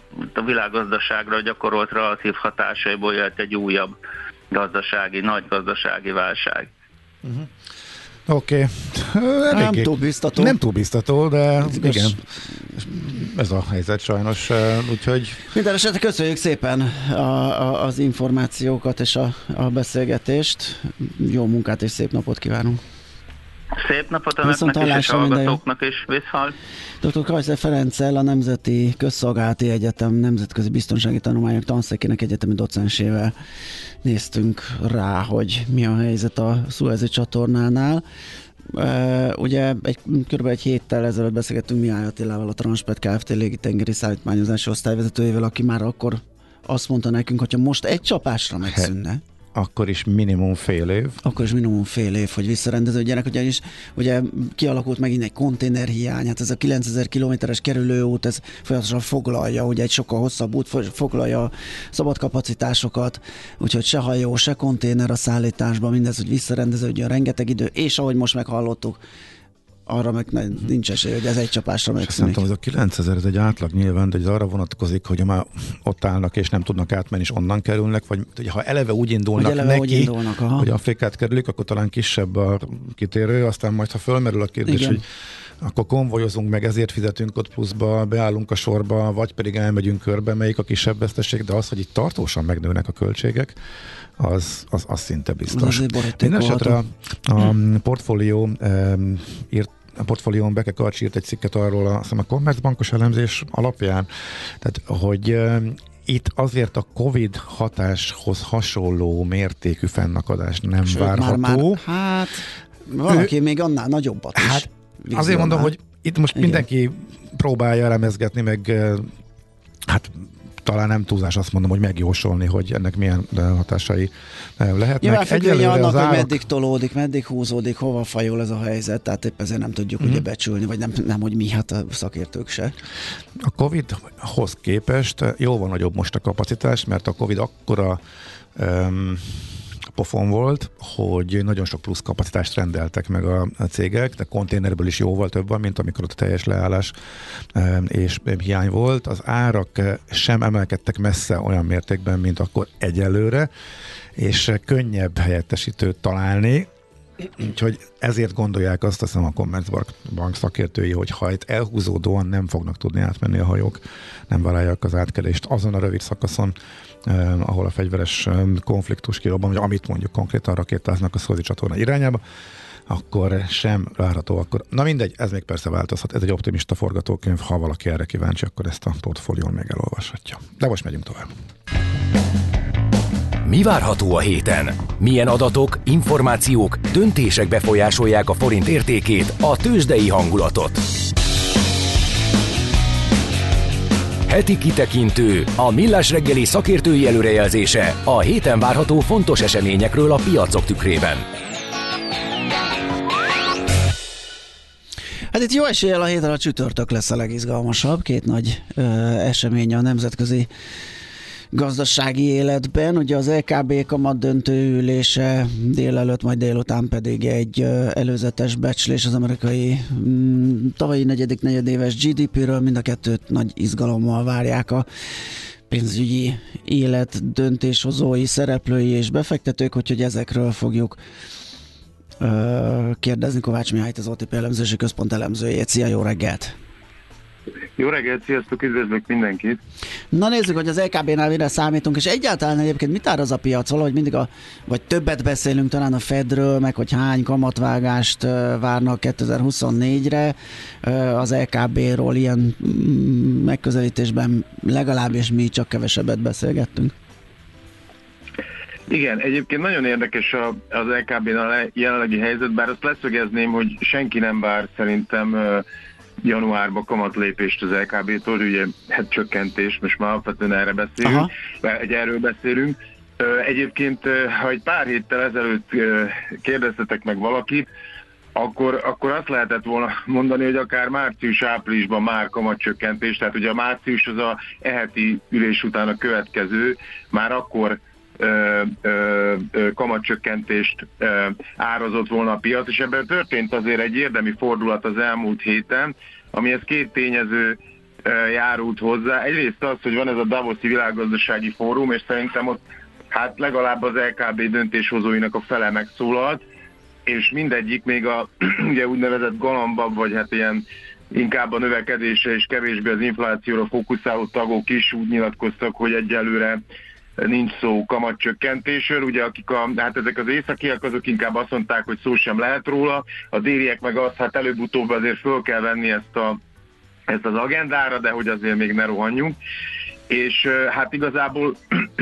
[SPEAKER 9] a világgazdaságra gyakorolt relatív hatásaiból jött egy újabb nagy gazdasági válság.
[SPEAKER 4] Oké.
[SPEAKER 7] Nem túl biztató.
[SPEAKER 4] Nem túl biztató, de igen, ez a helyzet sajnos, úgyhogy...
[SPEAKER 7] Minden esetre köszönjük szépen az információkat és a beszélgetést. Jó munkát és szép napot kívánunk.
[SPEAKER 9] Szép napot önöknek is, és hallgatóknak is. Viszhal.
[SPEAKER 7] Dr. Kajzer Ferenccel, a Nemzeti Közszolgálati Egyetem Nemzetközi Biztonsági Tanulmányok tanszékének egyetemi docensével néztünk rá, hogy mi a helyzet a Szuezi csatornánál. Ugye kb. Egy héttel ezelőtt beszélgettünk Mihály Attilával, a Transpet Kft. Légitengeri szállítmányozási osztályvezetőjével, aki már akkor azt mondta nekünk, hogyha most egy csapásra megszűnne,
[SPEAKER 4] akkor is minimum fél év,
[SPEAKER 7] hogy visszarendeződjenek, ugyanis ugye kialakult megint egy konténerhiány, hát ez a 9000 kilométeres kerülőút, ez folyamatosan foglalja, ugye egy sokkal hosszabb út, foglalja a szabad kapacitásokat, úgyhogy se hajó, se konténer a szállításban, mindez, hogy visszarendeződjön, rengeteg idő, és ahogy most meghallottuk, arra meg nincs esély, hogy ez egy csapásra megszűnik.
[SPEAKER 4] Szerintem ez a 9000, ez egy átlag nyilván, de ez arra vonatkozik, hogy már ott állnak és nem tudnak átmenni, és onnan kerülnek, vagy ha eleve úgy indulnak hogy Afrikát kerülik, akkor talán kisebb a kitérő, aztán majd ha fölmerül a kérdés, hogy akkor konvojozunk meg, ezért fizetünk ott pluszba, beállunk a sorba, vagy pedig elmegyünk körbe, melyik a kisebb veszteség, de az, hogy itt tartósan megnőnek a költségek, az szinte biztos. Mindenesetre a portfólión Beke Karcsi írt egy cikket arról, a Commerzbankos elemzés alapján, tehát hogy itt azért a Covid hatáshoz hasonló mértékű fennakadás nem várható.
[SPEAKER 7] Hát valaki még annál nagyobbat is.
[SPEAKER 4] Hát azért mondom, hogy itt most mindenki próbálja elemezgetni, meg hát talán nem túlzás azt mondom, hogy megjósolni, hogy ennek milyen hatásai lehetnek.
[SPEAKER 7] Nyilván függvénye annak, hogy meddig tolódik, meddig húzódik, hova fajul ez a helyzet, tehát épp ezért nem tudjuk ugye becsülni, vagy nem, hogy mi, hát a szakértők se.
[SPEAKER 4] A Covid-hoz képest jóval nagyobb most a kapacitás, mert a Covid akkora pofon volt, hogy nagyon sok plusz kapacitást rendeltek meg a cégek, de konténerből is jóval több van, mint amikor ott a teljes leállás és hiány volt. Az árak sem emelkedtek messze olyan mértékben, mint akkor egyelőre, és könnyebb helyettesítőt találni, úgyhogy ezért gondolják azt, hiszem a Commerzbank szakértői, hogy ha itt elhúzódóan nem fognak tudni átmenni a hajók, nem vállalják az átkelést azon a rövid szakaszon, ahol a fegyveres konfliktus kirobban, vagy amit mondjuk konkrétan rakétáznak a Szuezi csatorna irányába, akkor sem várható. Akkor. Na mindegy, ez még persze változhat. Ez egy optimista forgatókönyv, ha valaki erre kíváncsi, akkor ezt a portfólión még elolvashatja. De most megyünk tovább.
[SPEAKER 1] Mi várható a héten? Milyen adatok, információk, döntések befolyásolják a forint értékét, a tőzsdei hangulatot? Heti kitekintő, a Millás reggeli szakértői előrejelzése a héten várható fontos eseményekről a piacok tükrében.
[SPEAKER 7] Hát itt jó eséllyel a héten a csütörtök lesz a legizgalmasabb. Két nagy esemény a nemzetközi gazdasági életben. Ugye az LKB kamat döntő ülése délelőtt, majd délután pedig egy előzetes becslés az amerikai tavalyi negyedéves GDP-ről. Mind a kettőt nagy izgalommal várják a pénzügyi élet döntéshozói, szereplői és befektetők, úgyhogy ezekről fogjuk kérdezni Kovács Mihályt, az OTP elemzési központ elemzőjét. Szia, jó reggelt!
[SPEAKER 10] Jó reggelt, sziasztok, üdvözlök mindenkit!
[SPEAKER 7] Na nézzük, hogy az LKB-nál mire számítunk, és egyáltalán egyébként mit áraz a piac? Valahogy mindig vagy többet beszélünk talán a Fedről, meg hogy hány kamatvágást várnak 2024-re. Az LKB-ról ilyen megközelítésben legalábbis mi csak kevesebbet beszélgettünk.
[SPEAKER 10] Igen, egyébként nagyon érdekes az LKB-nál a jelenlegi helyzet, bár azt leszögezném, hogy senki nem vár szerintem januárban kamatlépést az LKB-tól, ugye hát csökkentés, most már alapvetően erről beszélünk. Egyébként, ha egy pár héttel ezelőtt kérdeztetek meg valakit, akkor azt lehetett volna mondani, hogy akár március-áprilisban már kamatcsökkentés, tehát ugye a március az a heti ülés után a következő, már akkor kamatcsökkentést árazott volna a piac, és ebben történt azért egy érdemi fordulat az elmúlt héten, amihez két tényező járult hozzá. Egyrészt az, hogy van ez a Davoszi világgazdasági fórum, és szerintem ott hát legalább az LKB döntéshozóinak a fele megszólalt, és mindegyik még a ugye úgynevezett galambabb, vagy hát ilyen inkább a növekedésre és kevésbé az inflációra fókuszáló tagok is úgy nyilatkoztak, hogy egyelőre nincs szó kamatcsökkentésről. Ugye hát ezek az északiak azok inkább azt mondták, hogy szó sem lehet róla, a déliek meg azt, hát előbb-utóbb azért föl kell venni ezt az agendára, de hogy azért még ne rohanjunk. És hát igazából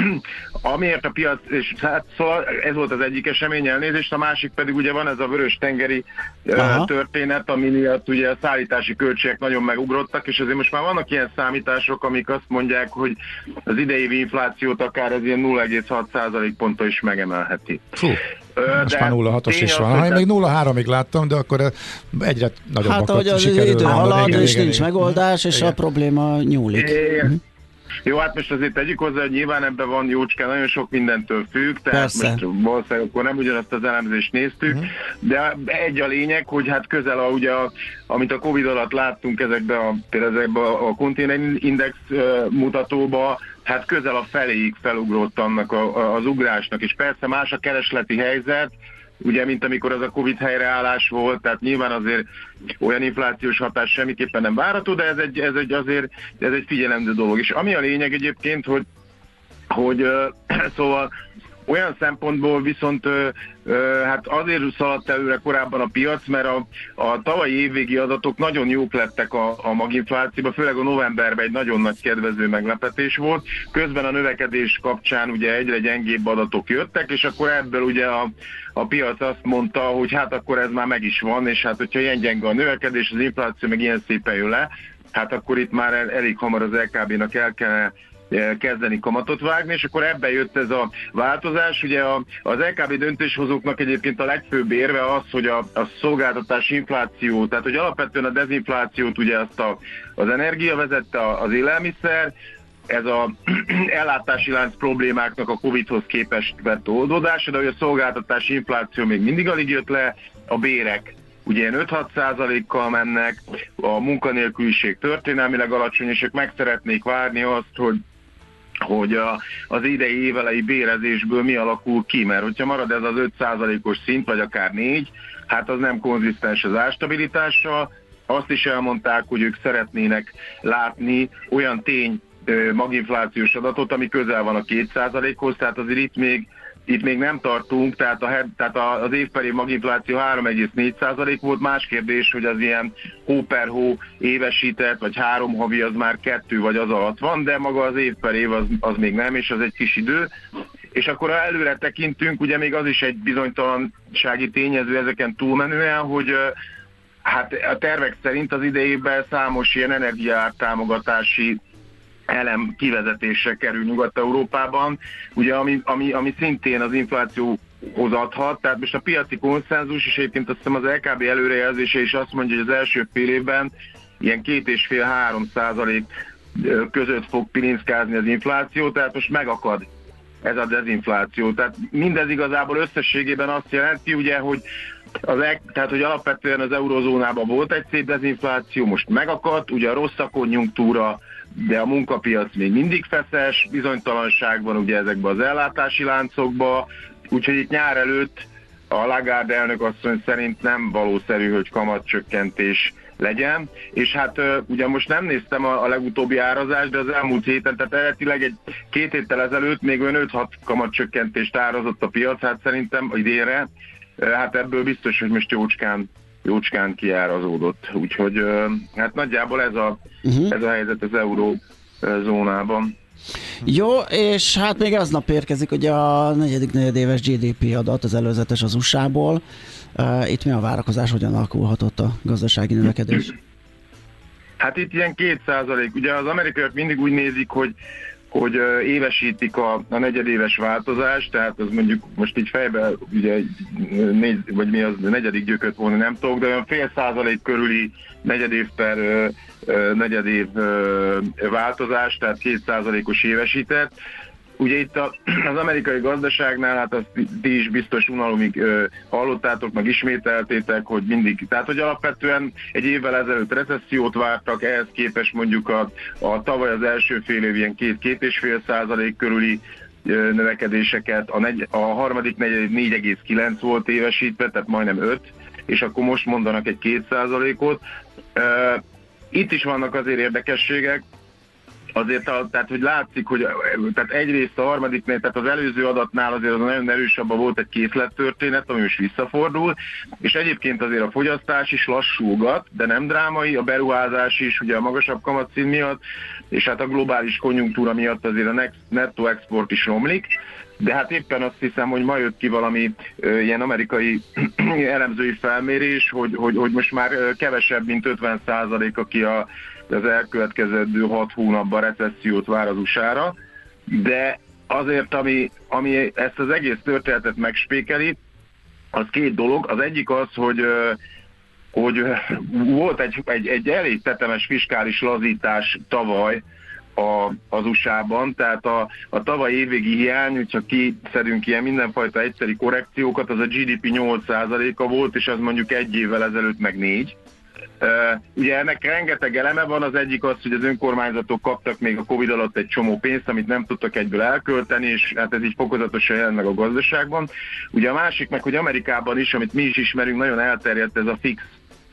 [SPEAKER 10] amiért a piac, és hát szóval ez volt az egyik esemény, elnézést, a másik pedig ugye van ez a vörös-tengeri történet, ami miatt ugye a szállítási költségek nagyon megugrottak, és azért most már vannak ilyen számítások, amik azt mondják, hogy az idei inflációt akár ez ilyen 0,6% ponttal is megemelheti.
[SPEAKER 4] Most már 0,6-os is van. Én még 0,3-ig láttam, de akkor egyre nagyobbakat
[SPEAKER 7] sikerül. Hát, hogy az idő halad, és nincs megoldás, és a probléma nyúlik.
[SPEAKER 10] Jó, hát most azért tegyük hozzá, hogy nyilván ebben van jócskán, nagyon sok mindentől függ, tehát
[SPEAKER 7] persze.
[SPEAKER 10] Most valószínűleg akkor nem ugyanazt az elemzést néztük, de egy a lényeg, hogy hát közel amit a Covid alatt láttunk például ezekben a konténerindex mutatóba, hát közel a feléig felugrott annak az ugrásnak, és persze más a keresleti helyzet, ugye, mint amikor az a Covid helyreállás volt, tehát nyilván azért olyan inflációs hatás semmiképpen nem várható, de ez egy figyelemző dolog. És ami a lényeg egyébként, hogy szóval olyan szempontból viszont hát azért szaladt előre korábban a piac, mert a tavalyi évvégi adatok nagyon jók lettek a maginflációban, főleg a novemberben egy nagyon nagy kedvező meglepetés volt. Közben a növekedés kapcsán ugye egyre gyengébb adatok jöttek, és akkor ebből ugye a piac azt mondta, hogy hát akkor ez már meg is van, és hát hogyha ilyen gyenge a növekedés, az infláció meg ilyen szépen jön le, hát akkor itt már elég hamar az LKB-nak el kellene kezdeni kamatot vágni, és akkor ebben jött ez a változás. Ugye az LKB döntéshozóknak egyébként a legfőbb érve az, hogy a szolgáltatás infláció, tehát hogy alapvetően a dezinflációt ugye azt az energia vezette, az élelmiszer, ez az ellátási lánc problémáknak a Covid-hoz képest vett oldódása, de hogy a szolgáltatási infláció még mindig alig jött le, a bérek ugye ilyen 5-6%-kal mennek, a munkanélküliség történelmileg alacsony, és ők meg szeretnék várni azt, hogy az idei évelei bérezésből mi alakul ki, mert hogyha marad ez az 5%-os szint, vagy akár 4, hát az nem konzisztens az árstabilitással. Azt is elmondták, hogy ők szeretnének látni olyan maginflációs adatot, ami közel van a 2%-hoz, tehát azért itt még nem tartunk, tehát az év per év maginfláció 3,4% volt. Más kérdés, hogy az ilyen hó per hó évesített, vagy 3 havi az már 2 vagy az alatt van, de maga az év per év az még nem, és az egy kis idő. És akkor ha előre tekintünk, ugye még az is egy bizonytalansági tényező ezeken túlmenően, hogy hát a tervek szerint az idejében számos ilyen energiaártámogatási elem kivezetésre kerül Nyugat-Európában, ugye ami szintén az inflációhoz adhat, tehát most a piaci konszenzus, és egyébként azt hiszem az LKB előrejelzése is azt mondja, hogy az első fél évben ilyen 2,5-3% között fog pirinszkázni az infláció, tehát most megakad ez a dezinfláció. Tehát mindez igazából összességében azt jelenti, ugye, hogy hogy alapvetően az eurozónában volt egy szép dezinfláció, most megakadt, ugye a rossz a konjunktúra, de a munkapiac még mindig feszes, bizonytalanság van ugye ezekben az ellátási láncokban, úgyhogy itt nyár előtt a Lagarde elnök asszony szerint nem valószerű, hogy kamatcsökkentés legyen, és hát ugye most nem néztem a legutóbbi árazást, de az elmúlt héten, tehát eredetileg 2 héttel ezelőtt még olyan 5-6 kamatcsökkentést árazott a piac, hát szerintem idénre, hát ebből biztos, hogy most jócskán kiárazódott. Úgyhogy hát nagyjából ez a helyzet az eurózónában.
[SPEAKER 7] Jó, és hát még aznap érkezik ugye a negyedik negyedéves GDP adat, az előzetes az USA-ból. Itt mi a várakozás, hogyan alakulhatott a gazdasági növekedés?
[SPEAKER 10] Hát itt ilyen 2%. Ugye az amerikaiak mindig úgy nézik, hogy évesítik a negyedéves változást, tehát az mondjuk most így fejben ugye vagy mi az negyedik gyököt volna, nem tudok, de olyan 0,5% körüli negyedév per negyedév változás, tehát 2%-os évesített. ugye itt az amerikai gazdaságnál, hát azt ti is biztos unalomig hallottátok, meg ismételtétek, hogy mindig, tehát hogy alapvetően egy évvel ezelőtt recessziót vártak, ehhez képest mondjuk a tavaly az első fél év ilyen 2-2,5% körüli növekedéseket, a harmadik negyed 4,9 volt évesítve, tehát majdnem 5, és akkor most mondanak egy 2%-ot. Itt is vannak azért érdekességek, azért, tehát hogy látszik, hogy tehát egyrészt a harmadiknél, tehát az előző adatnál azért az nagyon erősabban volt egy készlettörténet, ami most visszafordul, és egyébként azért a fogyasztás is lassulgat, de nem drámai, a beruházás is, ugye a magasabb kamatszín miatt, és hát a globális konjunktúra miatt azért a nettó export is romlik, de hát éppen azt hiszem, hogy ma jött ki valami ilyen amerikai elemzői felmérés, hogy most már kevesebb, mint 50% aki az elkövetkező 6 hónapban recessziót vár az USA-ra, de azért, ami ezt az egész történetet megspékeli, az két dolog. Az egyik az, hogy volt egy elég tetemes fiskális lazítás tavaly az USA-ban, tehát a tavaly évvégi hiány, hogyha kiszedünk ilyen mindenfajta egyszeri korrekciókat, az a GDP 8%-a volt, és az mondjuk egy évvel ezelőtt meg 4%. Ugye ennek rengeteg eleme van, az egyik az, hogy az önkormányzatok kaptak még a Covid alatt egy csomó pénzt, amit nem tudtak egyből elkölteni, és hát ez így fokozatosan jelent meg a gazdaságban. Ugye a másik meg, hogy Amerikában is, amit mi is ismerünk, nagyon elterjedt ez a fix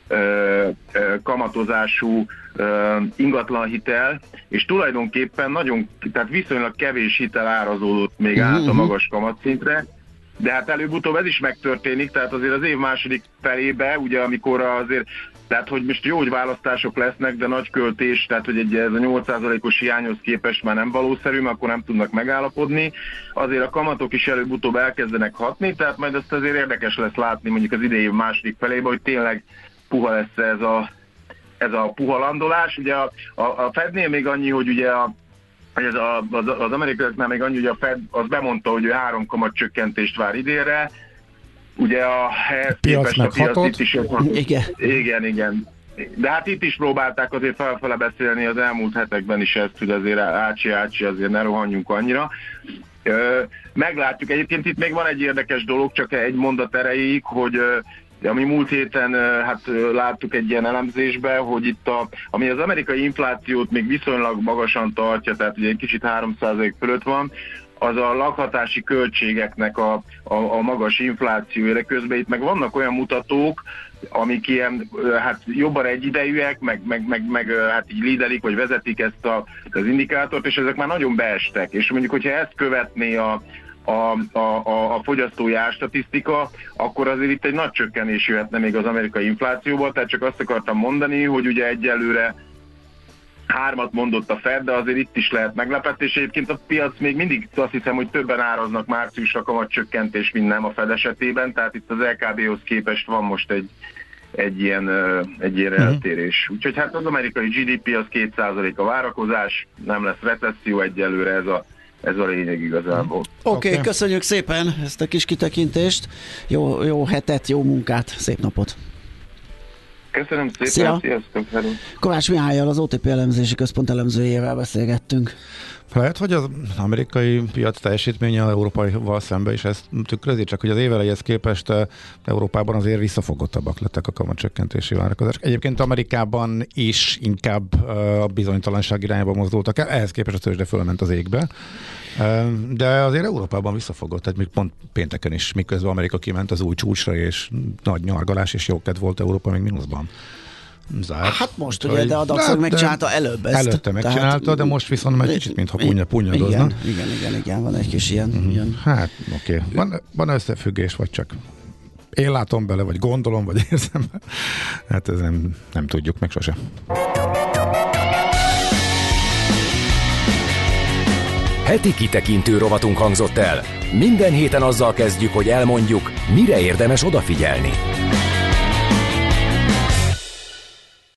[SPEAKER 10] kamatozású ingatlanhitel, és tulajdonképpen tehát viszonylag kevés hitel árazódott még át a magas kamatszintre, de hát előbb-utóbb ez is megtörténik, tehát azért az év második felébe, ugye amikor azért, tehát hogy most jó, hogy választások lesznek, de nagy költés, tehát hogy ez a 8%-os hiányhoz képest már nem valószerű, mert akkor nem tudnak megállapodni, azért a kamatok is előbb-utóbb elkezdenek hatni, tehát majd ezt azért érdekes lesz látni mondjuk az idei év második felébe, hogy tényleg puha lesz ez a puha landolás. Ugye a Fednél még annyi, hogy ugye az amerikaiaknál még annyi, hogy a Fed az bemondta, hogy ő 3 kamatcsökkentést vár idénre. Ugye a
[SPEAKER 4] piac meghatott.
[SPEAKER 10] Igen. De hát itt is próbálták azért felfele beszélni az elmúlt hetekben is ezt, hogy azért ácsi, azért ne rohanjunk annyira. Meglátjuk. Egyébként itt még van egy érdekes dolog, csak egy mondat erejéig, hogy ami múlt héten láttuk egy ilyen elemzésben, hogy itt ami az amerikai inflációt még viszonylag magasan tartja, tehát ugye egy kicsit 3% fölött van, az a lakhatási költségeknek a magas inflációja, közben itt meg vannak olyan mutatók, amik ilyen, hát jobban egyidejűek, meg hát így lídelik, vagy vezetik ezt az indikátort, és ezek már nagyon beestek. És mondjuk, hogyha ezt követné a fogyasztói árstatisztika, akkor azért itt egy nagy csökkenés jöhetne még az amerikai inflációból, tehát csak azt akartam mondani, hogy ugye egyelőre 3 mondott a Fed, de azért itt is lehet meglepetés. Egyébként a piac még mindig azt hiszem, hogy többen áraznak márciusra kamatcsökkentés, mint nem a Fed esetében, tehát itt az LKB-hoz képest van most egy ilyen eltérés. Úgyhogy hát az amerikai GDP az 2% a várakozás, nem lesz recesszió egyelőre, ez a lényeg igazából.
[SPEAKER 7] Oké, köszönjük szépen ezt a kis kitekintést, jó hetet, jó munkát, szép napot!
[SPEAKER 10] Köszönöm szépen,
[SPEAKER 7] Szia.
[SPEAKER 10] Sziasztok! Hello.
[SPEAKER 7] Kovács Mihályal, az OTP elemzési központ elemzőjével beszélgettünk.
[SPEAKER 4] Lehet, hogy az amerikai piac teljesítménye az európaival szemben is ezt tükrözi, csak hogy az évelejéhez képest Európában azért visszafogottabbak lettek a kamatcsökkentési várakozások. Egyébként Amerikában is inkább a bizonytalanság irányába mozdultak el, ehhez képest a tőzsde fölment az égbe. De azért Európában visszafogott, tehát még pont pénteken is, miközben Amerika kiment az új csúcsra, és nagy nyargalás, és jókedv volt, Európa még mínuszban zárt.
[SPEAKER 7] Hát most ugye, de a DAX megcsinálta előbb ezt.
[SPEAKER 4] Előtte megcsinálta, de most viszont meg kicsit, mintha punyadozna.
[SPEAKER 7] Igen, van egy kis ilyen.
[SPEAKER 4] Hát, oké. Van összefüggés, vagy csak én látom bele, vagy gondolom, vagy érzem. Hát ez nem tudjuk meg sose.
[SPEAKER 1] Heti kitekintő rovatunk hangzott el. Minden héten azzal kezdjük, hogy elmondjuk, mire érdemes odafigyelni.